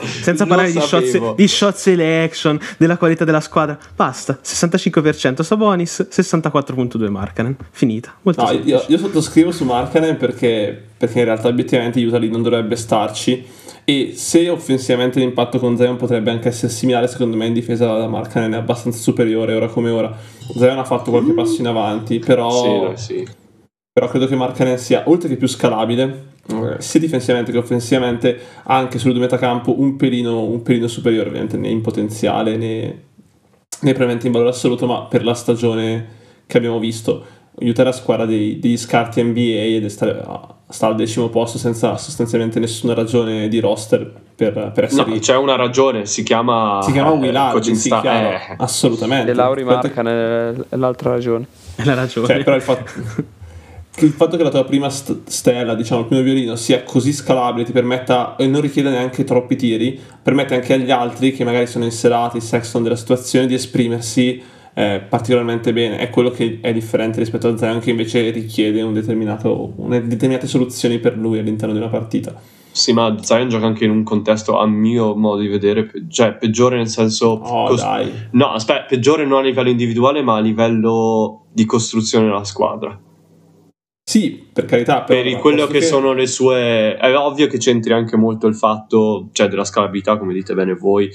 di shot selection, della qualità della squadra. Basta, 65% Sabonis, 64.2 Markkanen. Finita. Molto semplice. Io sottoscrivo su Markkanen perché in realtà obiettivamente Utah lì non dovrebbe starci. E se offensivamente l'impatto con Zion potrebbe anche essere similare, secondo me in difesa da Markkanen è abbastanza superiore ora come ora. Zion ha fatto qualche passo in avanti, però credo che Markkanen sia, oltre che più scalabile, sia difensivamente che offensivamente, anche sul metacampo un pelino superiore, ovviamente né in potenziale né probabilmente in valore assoluto, ma per la stagione che abbiamo visto Utah è la squadra degli scarti NBA ed sta sta al 10° posto senza sostanzialmente nessuna ragione di roster per essere no, c'è una ragione, si chiama Will Hardy, sì, assolutamente. E Lauri Markkanen è l'altra ragione. È la ragione. Cioè, però il fatto che la tua prima stella, diciamo il primo violino, sia così scalabile, ti permetta, e non richieda neanche troppi tiri, permette anche agli altri che magari sono inserati, Sexton della situazione, di esprimersi particolarmente bene. È quello che è differente rispetto a Zion, che invece richiede determinate soluzioni per lui all'interno di una partita. Sì, ma Zion gioca anche in un contesto, a mio modo di vedere, cioè peggiore nel senso dai. No, aspetta, peggiore non a livello individuale, ma a livello di costruzione della squadra. Sì, per carità, per quello che sono le sue, è ovvio che c'entri anche molto il fatto, cioè, della scalabilità, come dite bene voi,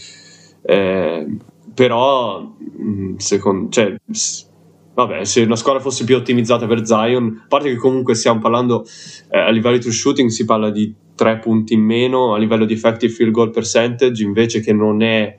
però cioè, vabbè, se una squadra fosse più ottimizzata per Zion, a parte che comunque stiamo parlando a livello di true shooting si parla di 3 punti in meno, a livello di effective field goal percentage invece, che non è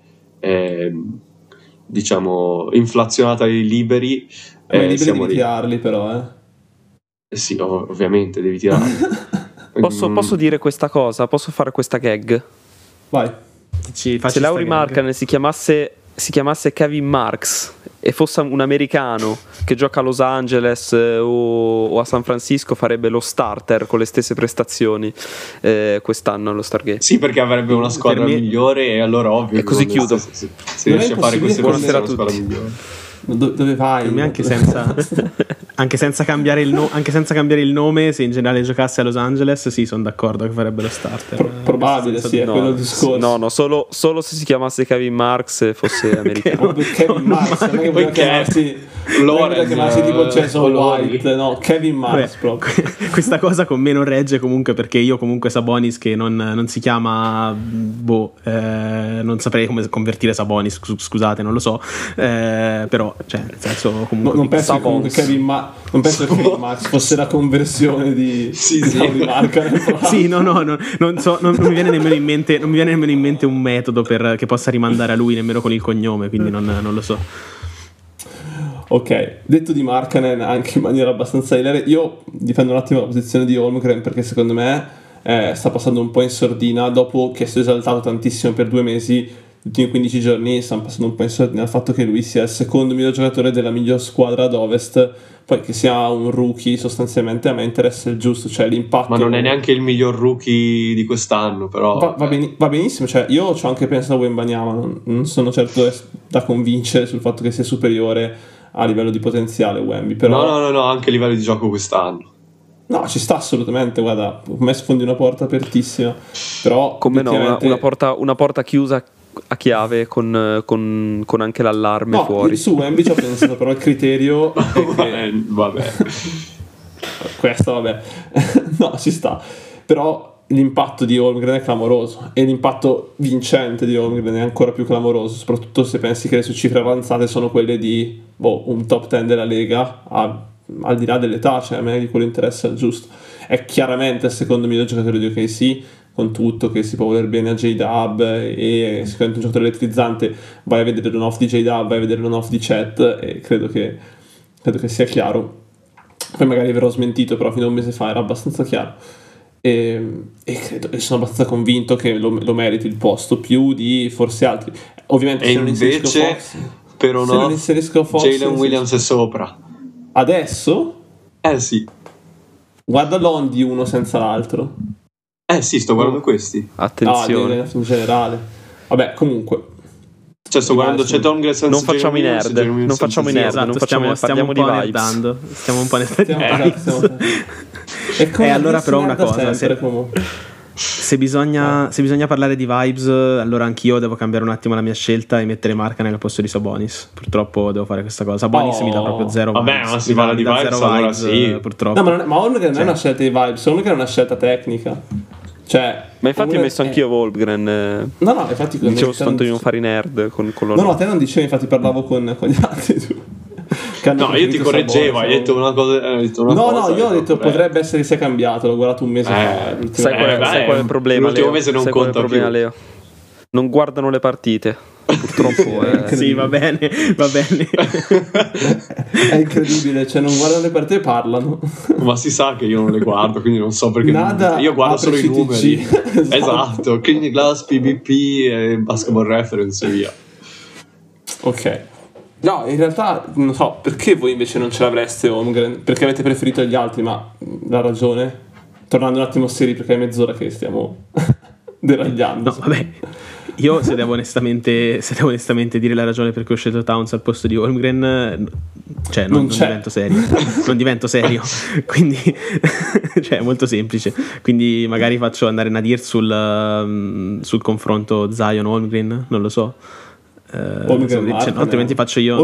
diciamo inflazionata ai liberi, siamo devi tirarli però sì, ovviamente devi tirarli. Posso dire questa cosa? Posso fare questa gag? Vai. Se Lauri Markkanen si chiamasse Kevin Marks e fosse un americano che gioca a Los Angeles o a San Francisco, farebbe lo starter con le stesse prestazioni quest'anno allo Stargate. Sì, perché avrebbe una squadra migliore, e allora ovvio. E così chiudo. Se riesce a fare queste cose, è una squadra migliore. Dove vai? Per me anche senza cambiare il nome, se in generale giocasse a Los Angeles, sì, sono d'accordo che farebbe lo starter. Probabile, sì, è quello il discorso. No, solo se si chiamasse Kevin Marks e fosse americano. Kevin Marks, non è che chiamarsi tipo Jason White, no, Kevin Marks proprio. Questa cosa con me non regge comunque, perché io comunque Sabonis, che non si chiama non saprei come convertire Sabonis, scusate, non lo so, però cioè, nel senso, comunque non penso che comunque Kevin Marks fosse la conversione di Markkanen. Sì, no, non mi viene nemmeno in mente un metodo che possa rimandare a lui, nemmeno con il cognome, quindi non lo so. Ok, detto di Markkanen anche in maniera abbastanza ilare, io difendo un attimo la posizione di Holmgren, perché secondo me sta passando un po' in sordina dopo che è stato esaltato tantissimo per 2 mesi. Gli ultimi 15 giorni stanno passando un po' in sordina al fatto che lui sia il secondo miglior giocatore della miglior squadra ad Ovest. Poi che sia un rookie, sostanzialmente a me interessa il giusto, cioè l'impatto. Ma non è neanche il miglior rookie di quest'anno, però va benissimo, cioè io ci ho anche pensato a Wembanyama, non sono certo da convincere sul fatto che sia superiore a livello di potenziale Wemby, però no, anche a livello di gioco quest'anno. No, ci sta assolutamente, guarda, per me sfondi una porta apertissima, però come no, una porta chiusa a chiave con anche l'allarme fuori. Su Wemby ci ho pensato, però il criterio vabbè. Questo vabbè. No, ci sta. Però l'impatto di Holmgren è clamoroso, e l'impatto vincente di Holmgren è ancora più clamoroso, soprattutto se pensi che le sue cifre avanzate sono quelle di un top 10 della Lega, al di là dell'età, cioè a me di quello interessa il giusto. È chiaramente il secondo miglior giocatore di OKC, con tutto che si può voler bene a J-Dub, e sicuramente un giocatore elettrizzante. Vai a vedere l'on-off di J-Dub, vai a vedere l'on-off di Chet, e credo che sia chiaro. Poi magari verrò smentito, però fino a un mese fa era abbastanza chiaro, e sono abbastanza convinto che lo meriti il posto più di forse altri. Ovviamente e invece per Fox, Jalen Williams è sopra adesso? Sì, guarda l'on di uno senza l'altro. Sì, sto guardando questi. Attenzione. In generale. Vabbè, comunque. Cioè, sto guardando c'è Tom non facciamo i nerd. Non facciamo i nerd. Parliamo di vibes. Stiamo un po' E allora però una cosa, se bisogna parlare di vibes, allora anch'io devo cambiare un attimo la mia scelta e mettere Markkanen al posto di Sabonis. Purtroppo devo fare questa cosa. Sabonis mi dà proprio zero vibes. Vabbè, ma si parla di vibes, allora sì. Purtroppo. No, ma Holmgren non è una scelta di vibes, Holmgren è una scelta tecnica. Cioè, ma infatti ho messo anch'io Holmgren. No, infatti dicevo soltanto di non fare i nerd con loro. No, te non dicevi, infatti parlavo con gli altri tu. No, io ti correggevo, hai detto una cosa. No, io ho detto potrebbe essere che sia cambiato, l'ho guardato un mese fa. Sai qual è il problema? L'ultimo mese non conta più. Leo? Non guardano le partite. Purtroppo sì, va bene. È incredibile, cioè non guardano le partite e parlano. Ma si sa che io non le guardo, quindi non so perché. Io guardo solo i numeri. Esatto, Clean Glass, PvP e Basketball Reference e via. Ok. No, in realtà non so perché voi invece non ce l'avreste Holmgren, perché avete preferito gli altri, ma la ragione, tornando un attimo seri perché è mezz'ora che stiamo deragliando. No, vabbè, io se devo onestamente dire la ragione per cui ho scelto Towns al posto di Holmgren, cioè non divento serio, quindi cioè è molto semplice, quindi magari faccio andare Nadir sul confronto Zion-Holmgren, non lo so. Altrimenti faccio io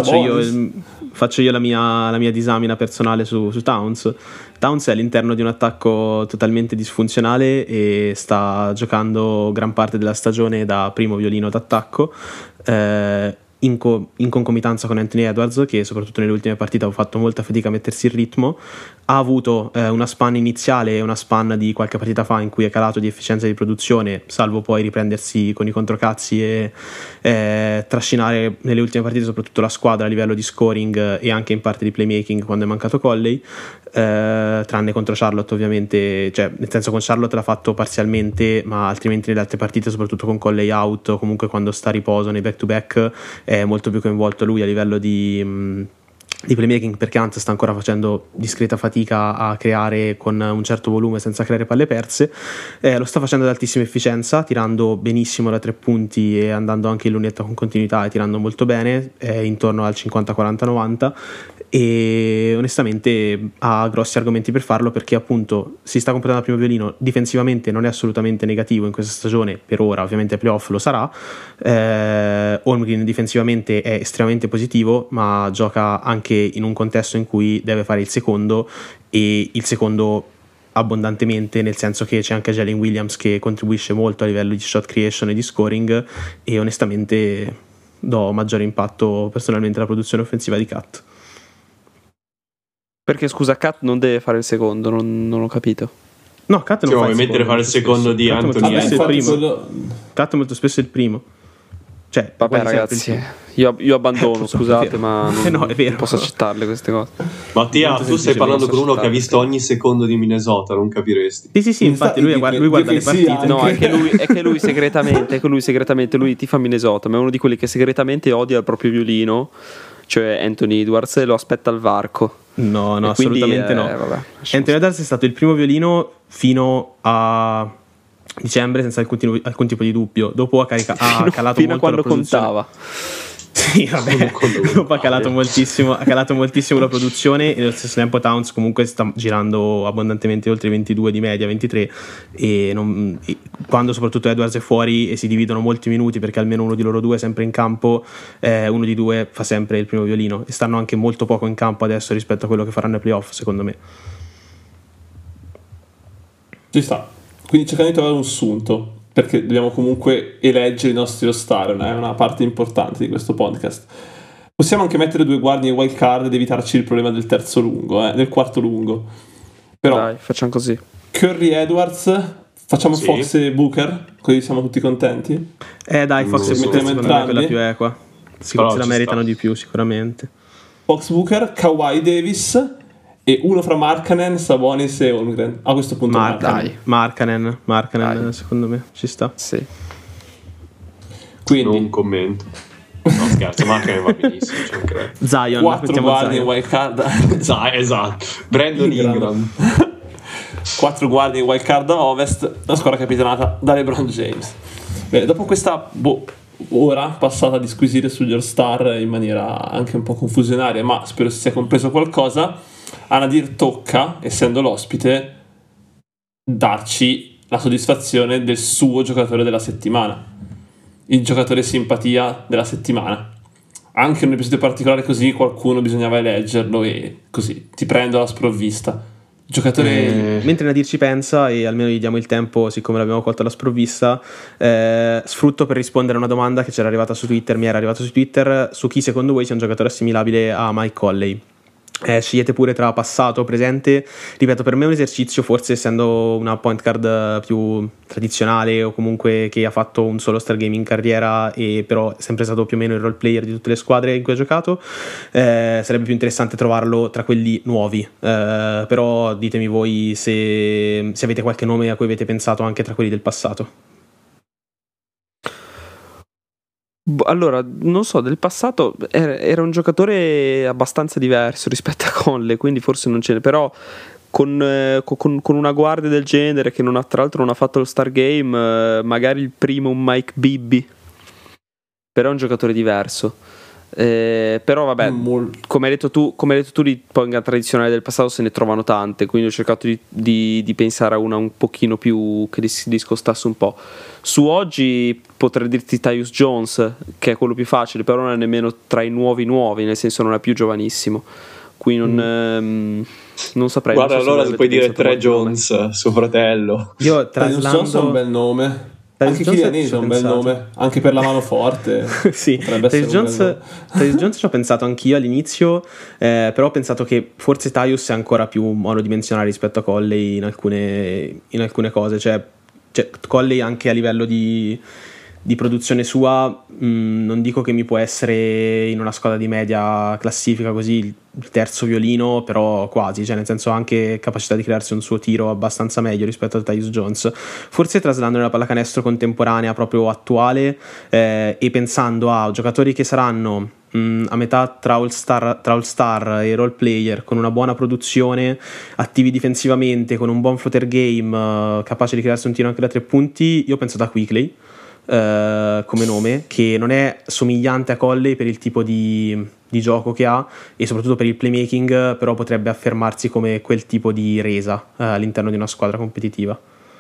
la mia disamina personale su Towns. Towns è all'interno di un attacco totalmente disfunzionale e sta giocando gran parte della stagione da primo violino d'attacco, in concomitanza con Anthony Edwards, che soprattutto nelle ultime partite ha fatto molta fatica a mettersi in ritmo. Ha avuto una span iniziale e una span di qualche partita fa in cui è calato di efficienza di produzione, salvo poi riprendersi con i controcazzi e trascinare nelle ultime partite soprattutto la squadra a livello di scoring e anche in parte di playmaking quando è mancato Conley, tranne contro Charlotte ovviamente, cioè nel senso con Charlotte l'ha fatto parzialmente, ma altrimenti nelle altre partite soprattutto con Conley out o comunque quando sta a riposo nei back to back è molto più coinvolto lui a livello di playmaking, perché Ant sta ancora facendo discreta fatica a creare con un certo volume senza creare palle perse. Lo sta facendo ad altissima efficienza, tirando benissimo da 3 punti e andando anche in lunetta con continuità e tirando molto bene, è intorno al 50-40-90, e onestamente ha grossi argomenti per farlo, perché appunto si sta completando al primo violino, difensivamente non è assolutamente negativo in questa stagione, per ora ovviamente ai playoff lo sarà. Holmgren difensivamente è estremamente positivo, ma gioca anche in un contesto in cui deve fare il secondo, e il secondo abbondantemente, nel senso che c'è anche Jalen Williams che contribuisce molto a livello di shot creation e di scoring, e onestamente do maggiore impatto personalmente alla produzione offensiva di Cat. Perché scusa, Cat non deve fare il secondo, non ho capito. No, Cat non fa il secondo, fare il secondo di Anthony. Cat molto spesso è il primo. Cioè, vabbè ragazzi, io abbandono, scusate, ma non posso accettarle queste cose. Mattia, tu stai parlando con uno che ha visto ogni secondo di Minnesota, non capiresti. Sì, infatti lui guarda le partite. No, è che lui segretamente lui tifa Minnesota, ma è uno di quelli che segretamente odia il proprio violino, cioè Anthony Edwards, e lo aspetta al varco. No, assolutamente no. Anthony Edwards è stato il primo violino fino a dicembre senza alcun tipo di dubbio. Dopo ha calato fino molto a quando la produzione. contava. Sì, vabbè. Dopo ha calato moltissimo la produzione, e allo stesso tempo Towns comunque sta girando abbondantemente oltre i 22 di media, 23, e quando soprattutto Edwards è fuori e si dividono molti minuti, perché almeno uno di loro due è sempre in campo, uno di due fa sempre il primo violino, e stanno anche molto poco in campo adesso rispetto a quello che faranno ai playoff, secondo me. Ci sta. Quindi cercando di trovare un sunto, perché dobbiamo comunque eleggere i nostri all-star, è una parte importante di questo podcast. Possiamo anche mettere 2 guardie in wild card ed evitarci il problema del terzo lungo, del quarto lungo. Però dai, facciamo così. Curry, Edwards, facciamo sì. Fox e Booker, così siamo tutti contenti. Dai, Fox e Booker secondo me è quella più equa. Se la meritano di più sicuramente. Fox, Booker, Kawhi, Davis e uno fra Markkanen, Sabonis e Holmgren. A questo punto Markkanen secondo me ci sta. Sì. Quindi non commento. No scherzo, Markkanen va benissimo, Zion, 4 guardie in wild card. Esatto. Brandon Ingram. 4 guardie in wild card a Ovest, la squadra capitanata da LeBron James. Bene, dopo questa ora passata a disquisire sugli all-star in maniera anche un po' confusionaria, ma spero si sia compreso qualcosa, a Nadir tocca, essendo l'ospite, darci la soddisfazione del suo giocatore della settimana, il giocatore simpatia della settimana. Anche in un episodio particolare così qualcuno bisognava eleggerlo, e così ti prendo alla sprovvista. Giocatore... Mentre Nadir ci pensa, e almeno gli diamo il tempo, siccome l'abbiamo colto alla sprovvista, sfrutto per rispondere a una domanda che mi era arrivata su Twitter, su chi secondo voi sia un giocatore assimilabile a Mike Conley. Scegliete pure tra passato o presente. Ripeto, per me è un esercizio, forse essendo una point guard più tradizionale o comunque che ha fatto un solo Star Game in carriera e però è sempre stato più o meno il role player di tutte le squadre in cui ha giocato, sarebbe più interessante trovarlo tra quelli nuovi. Però ditemi voi se avete qualche nome a cui avete pensato anche tra quelli del passato. Allora, non so, del passato era un giocatore abbastanza diverso rispetto a Conley, quindi forse non ce n'è, però con una guardia del genere che tra l'altro non ha fatto lo Star Game, magari il primo un Mike Bibby, però è un giocatore diverso. Però vabbè, come hai detto tu di point guard tradizionale del passato se ne trovano tante, quindi ho cercato di pensare a una un pochino più che si discostasse un po'. Su oggi potrei dirti Tyus Jones, che è quello più facile, però non è nemmeno tra i nuovi, nel senso non è più giovanissimo, qui non saprei. Guarda, non so allora se puoi dire Tre Jones, suo fratello. Io Tyus Jones è un bel nome. Anche Kylian Hayes è un bel nome, anche per la mano forte. Sì, Tyus Jones ci ho pensato anch'io all'inizio, però ho pensato che forse Tyus è ancora più monodimensionale rispetto a Conley in alcune cose, cioè Conley anche a livello di produzione sua, non dico che mi può essere in una squadra di media classifica così il terzo violino, però quasi, cioè nel senso anche capacità di crearsi un suo tiro abbastanza meglio rispetto a Tyus Jones, forse traslando nella pallacanestro contemporanea proprio attuale, e pensando a giocatori che saranno a metà tra all-star e role player, con una buona produzione, attivi difensivamente, con un buon floater game, capace di crearsi un tiro anche da 3 punti. Io ho pensato a Quickley come nome, che non è somigliante a Conley per il tipo di gioco che ha e soprattutto per il playmaking, però potrebbe affermarsi come quel tipo di resa all'interno di una squadra competitiva.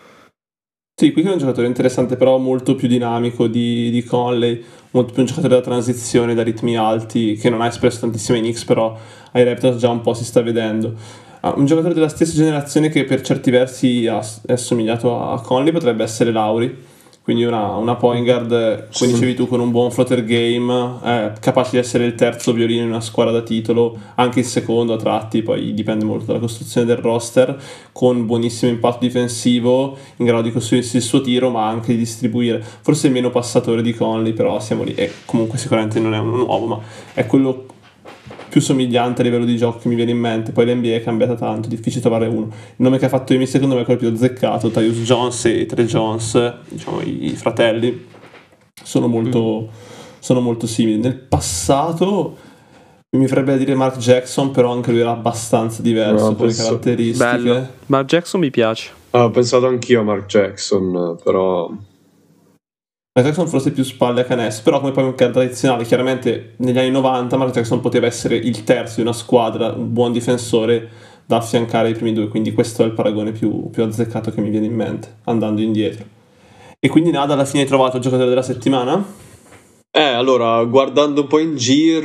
Sì, qui è un giocatore interessante, però molto più dinamico di Conley, molto più un giocatore da transizione, da ritmi alti, che non ha espresso tantissimo ai Knicks, però ai Raptors già un po' si sta vedendo. Un giocatore della stessa generazione che per certi versi è assomigliato a Conley potrebbe essere Lauri, quindi una point guard, come dicevi tu, con un buon floater game, capace di essere il terzo violino in una squadra da titolo, anche il secondo a tratti, poi dipende molto dalla costruzione del roster, con buonissimo impatto difensivo, in grado di costruirsi il suo tiro, ma anche di distribuire. Forse è meno passatore di Conley, però siamo lì, e comunque sicuramente non è uno nuovo, ma è quello più somigliante a livello di gioco che mi viene in mente. Poi l'NBA è cambiata tanto, difficile trovare uno. Il nome che ha fatto Emi secondo me è quello più azzeccato. Tyus Jones e Tre Jones, diciamo i fratelli, sono molto simili. Nel passato mi farebbe da dire Mark Jackson, però anche lui era abbastanza diverso per le caratteristiche. Bello. Mark Jackson mi piace. Ho pensato anch'io a Mark Jackson, però Mark Jackson forse più spalle a canestro, però come poi un tradizionale, chiaramente negli anni 90 Mark Jackson poteva essere il terzo di una squadra, un buon difensore da affiancare ai primi due, quindi questo è il paragone più azzeccato che mi viene in mente, andando indietro. E quindi Nada, alla fine hai trovato il giocatore della settimana? Allora, guardando un po' in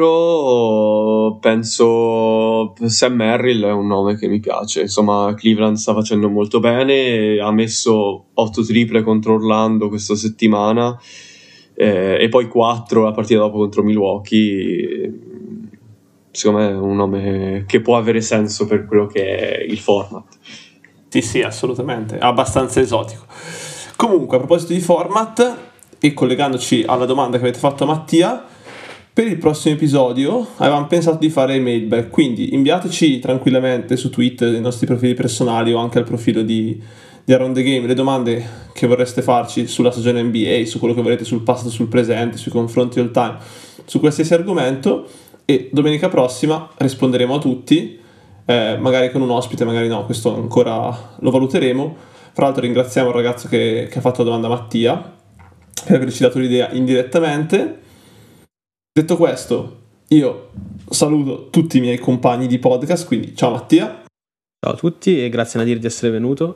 giro, penso Sam Merrill è un nome che mi piace. Insomma, Cleveland sta facendo molto bene, ha messo 8 triple contro Orlando questa settimana, e poi 4 la partita dopo contro Milwaukee. Secondo me è un nome che può avere senso per quello che è il format. Sì, assolutamente, è abbastanza esotico. Comunque, a proposito di format, e collegandoci alla domanda che avete fatto a Mattia, per il prossimo episodio avevamo pensato di fare mailback, quindi inviateci tranquillamente su Twitter, nei nostri profili personali o anche al profilo di Around the Game, le domande che vorreste farci sulla stagione NBA, su quello che volete, sul passato, sul presente, sui confronti all time, su qualsiasi argomento, e domenica prossima risponderemo a tutti, magari con un ospite, magari no, questo ancora lo valuteremo. Fra l'altro ringraziamo il ragazzo che ha fatto la domanda, Mattia, per averci dato l'idea indirettamente. Detto questo, io saluto tutti i miei compagni di podcast, quindi ciao Mattia. Ciao a tutti e grazie a Nadir di essere venuto.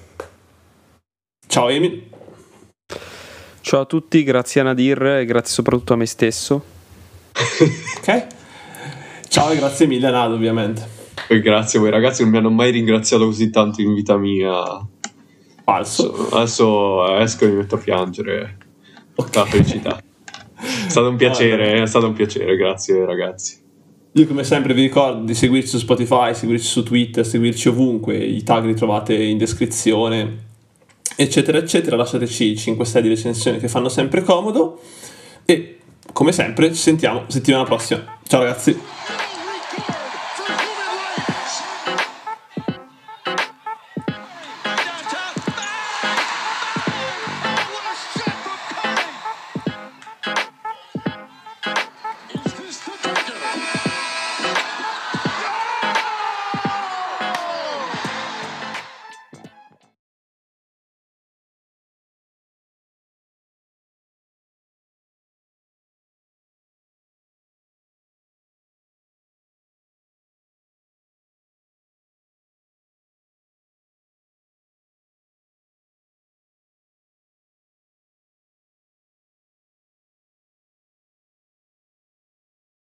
Ciao Emi. Ciao a tutti, grazie a Nadir e grazie soprattutto a me stesso. Ok. Ciao e grazie mille a Nado, ovviamente. E grazie a voi ragazzi, non mi hanno mai ringraziato così tanto in vita mia. Falso. Adesso esco e mi metto a piangere. La felicità. È stato un piacere, grazie ragazzi. Io come sempre vi ricordo di seguirci su Spotify, seguirci su Twitter, seguirci ovunque, i tag li trovate in descrizione, eccetera eccetera. Lasciateci 5 stelle di recensione che fanno sempre comodo e come sempre ci sentiamo settimana prossima. Ciao ragazzi.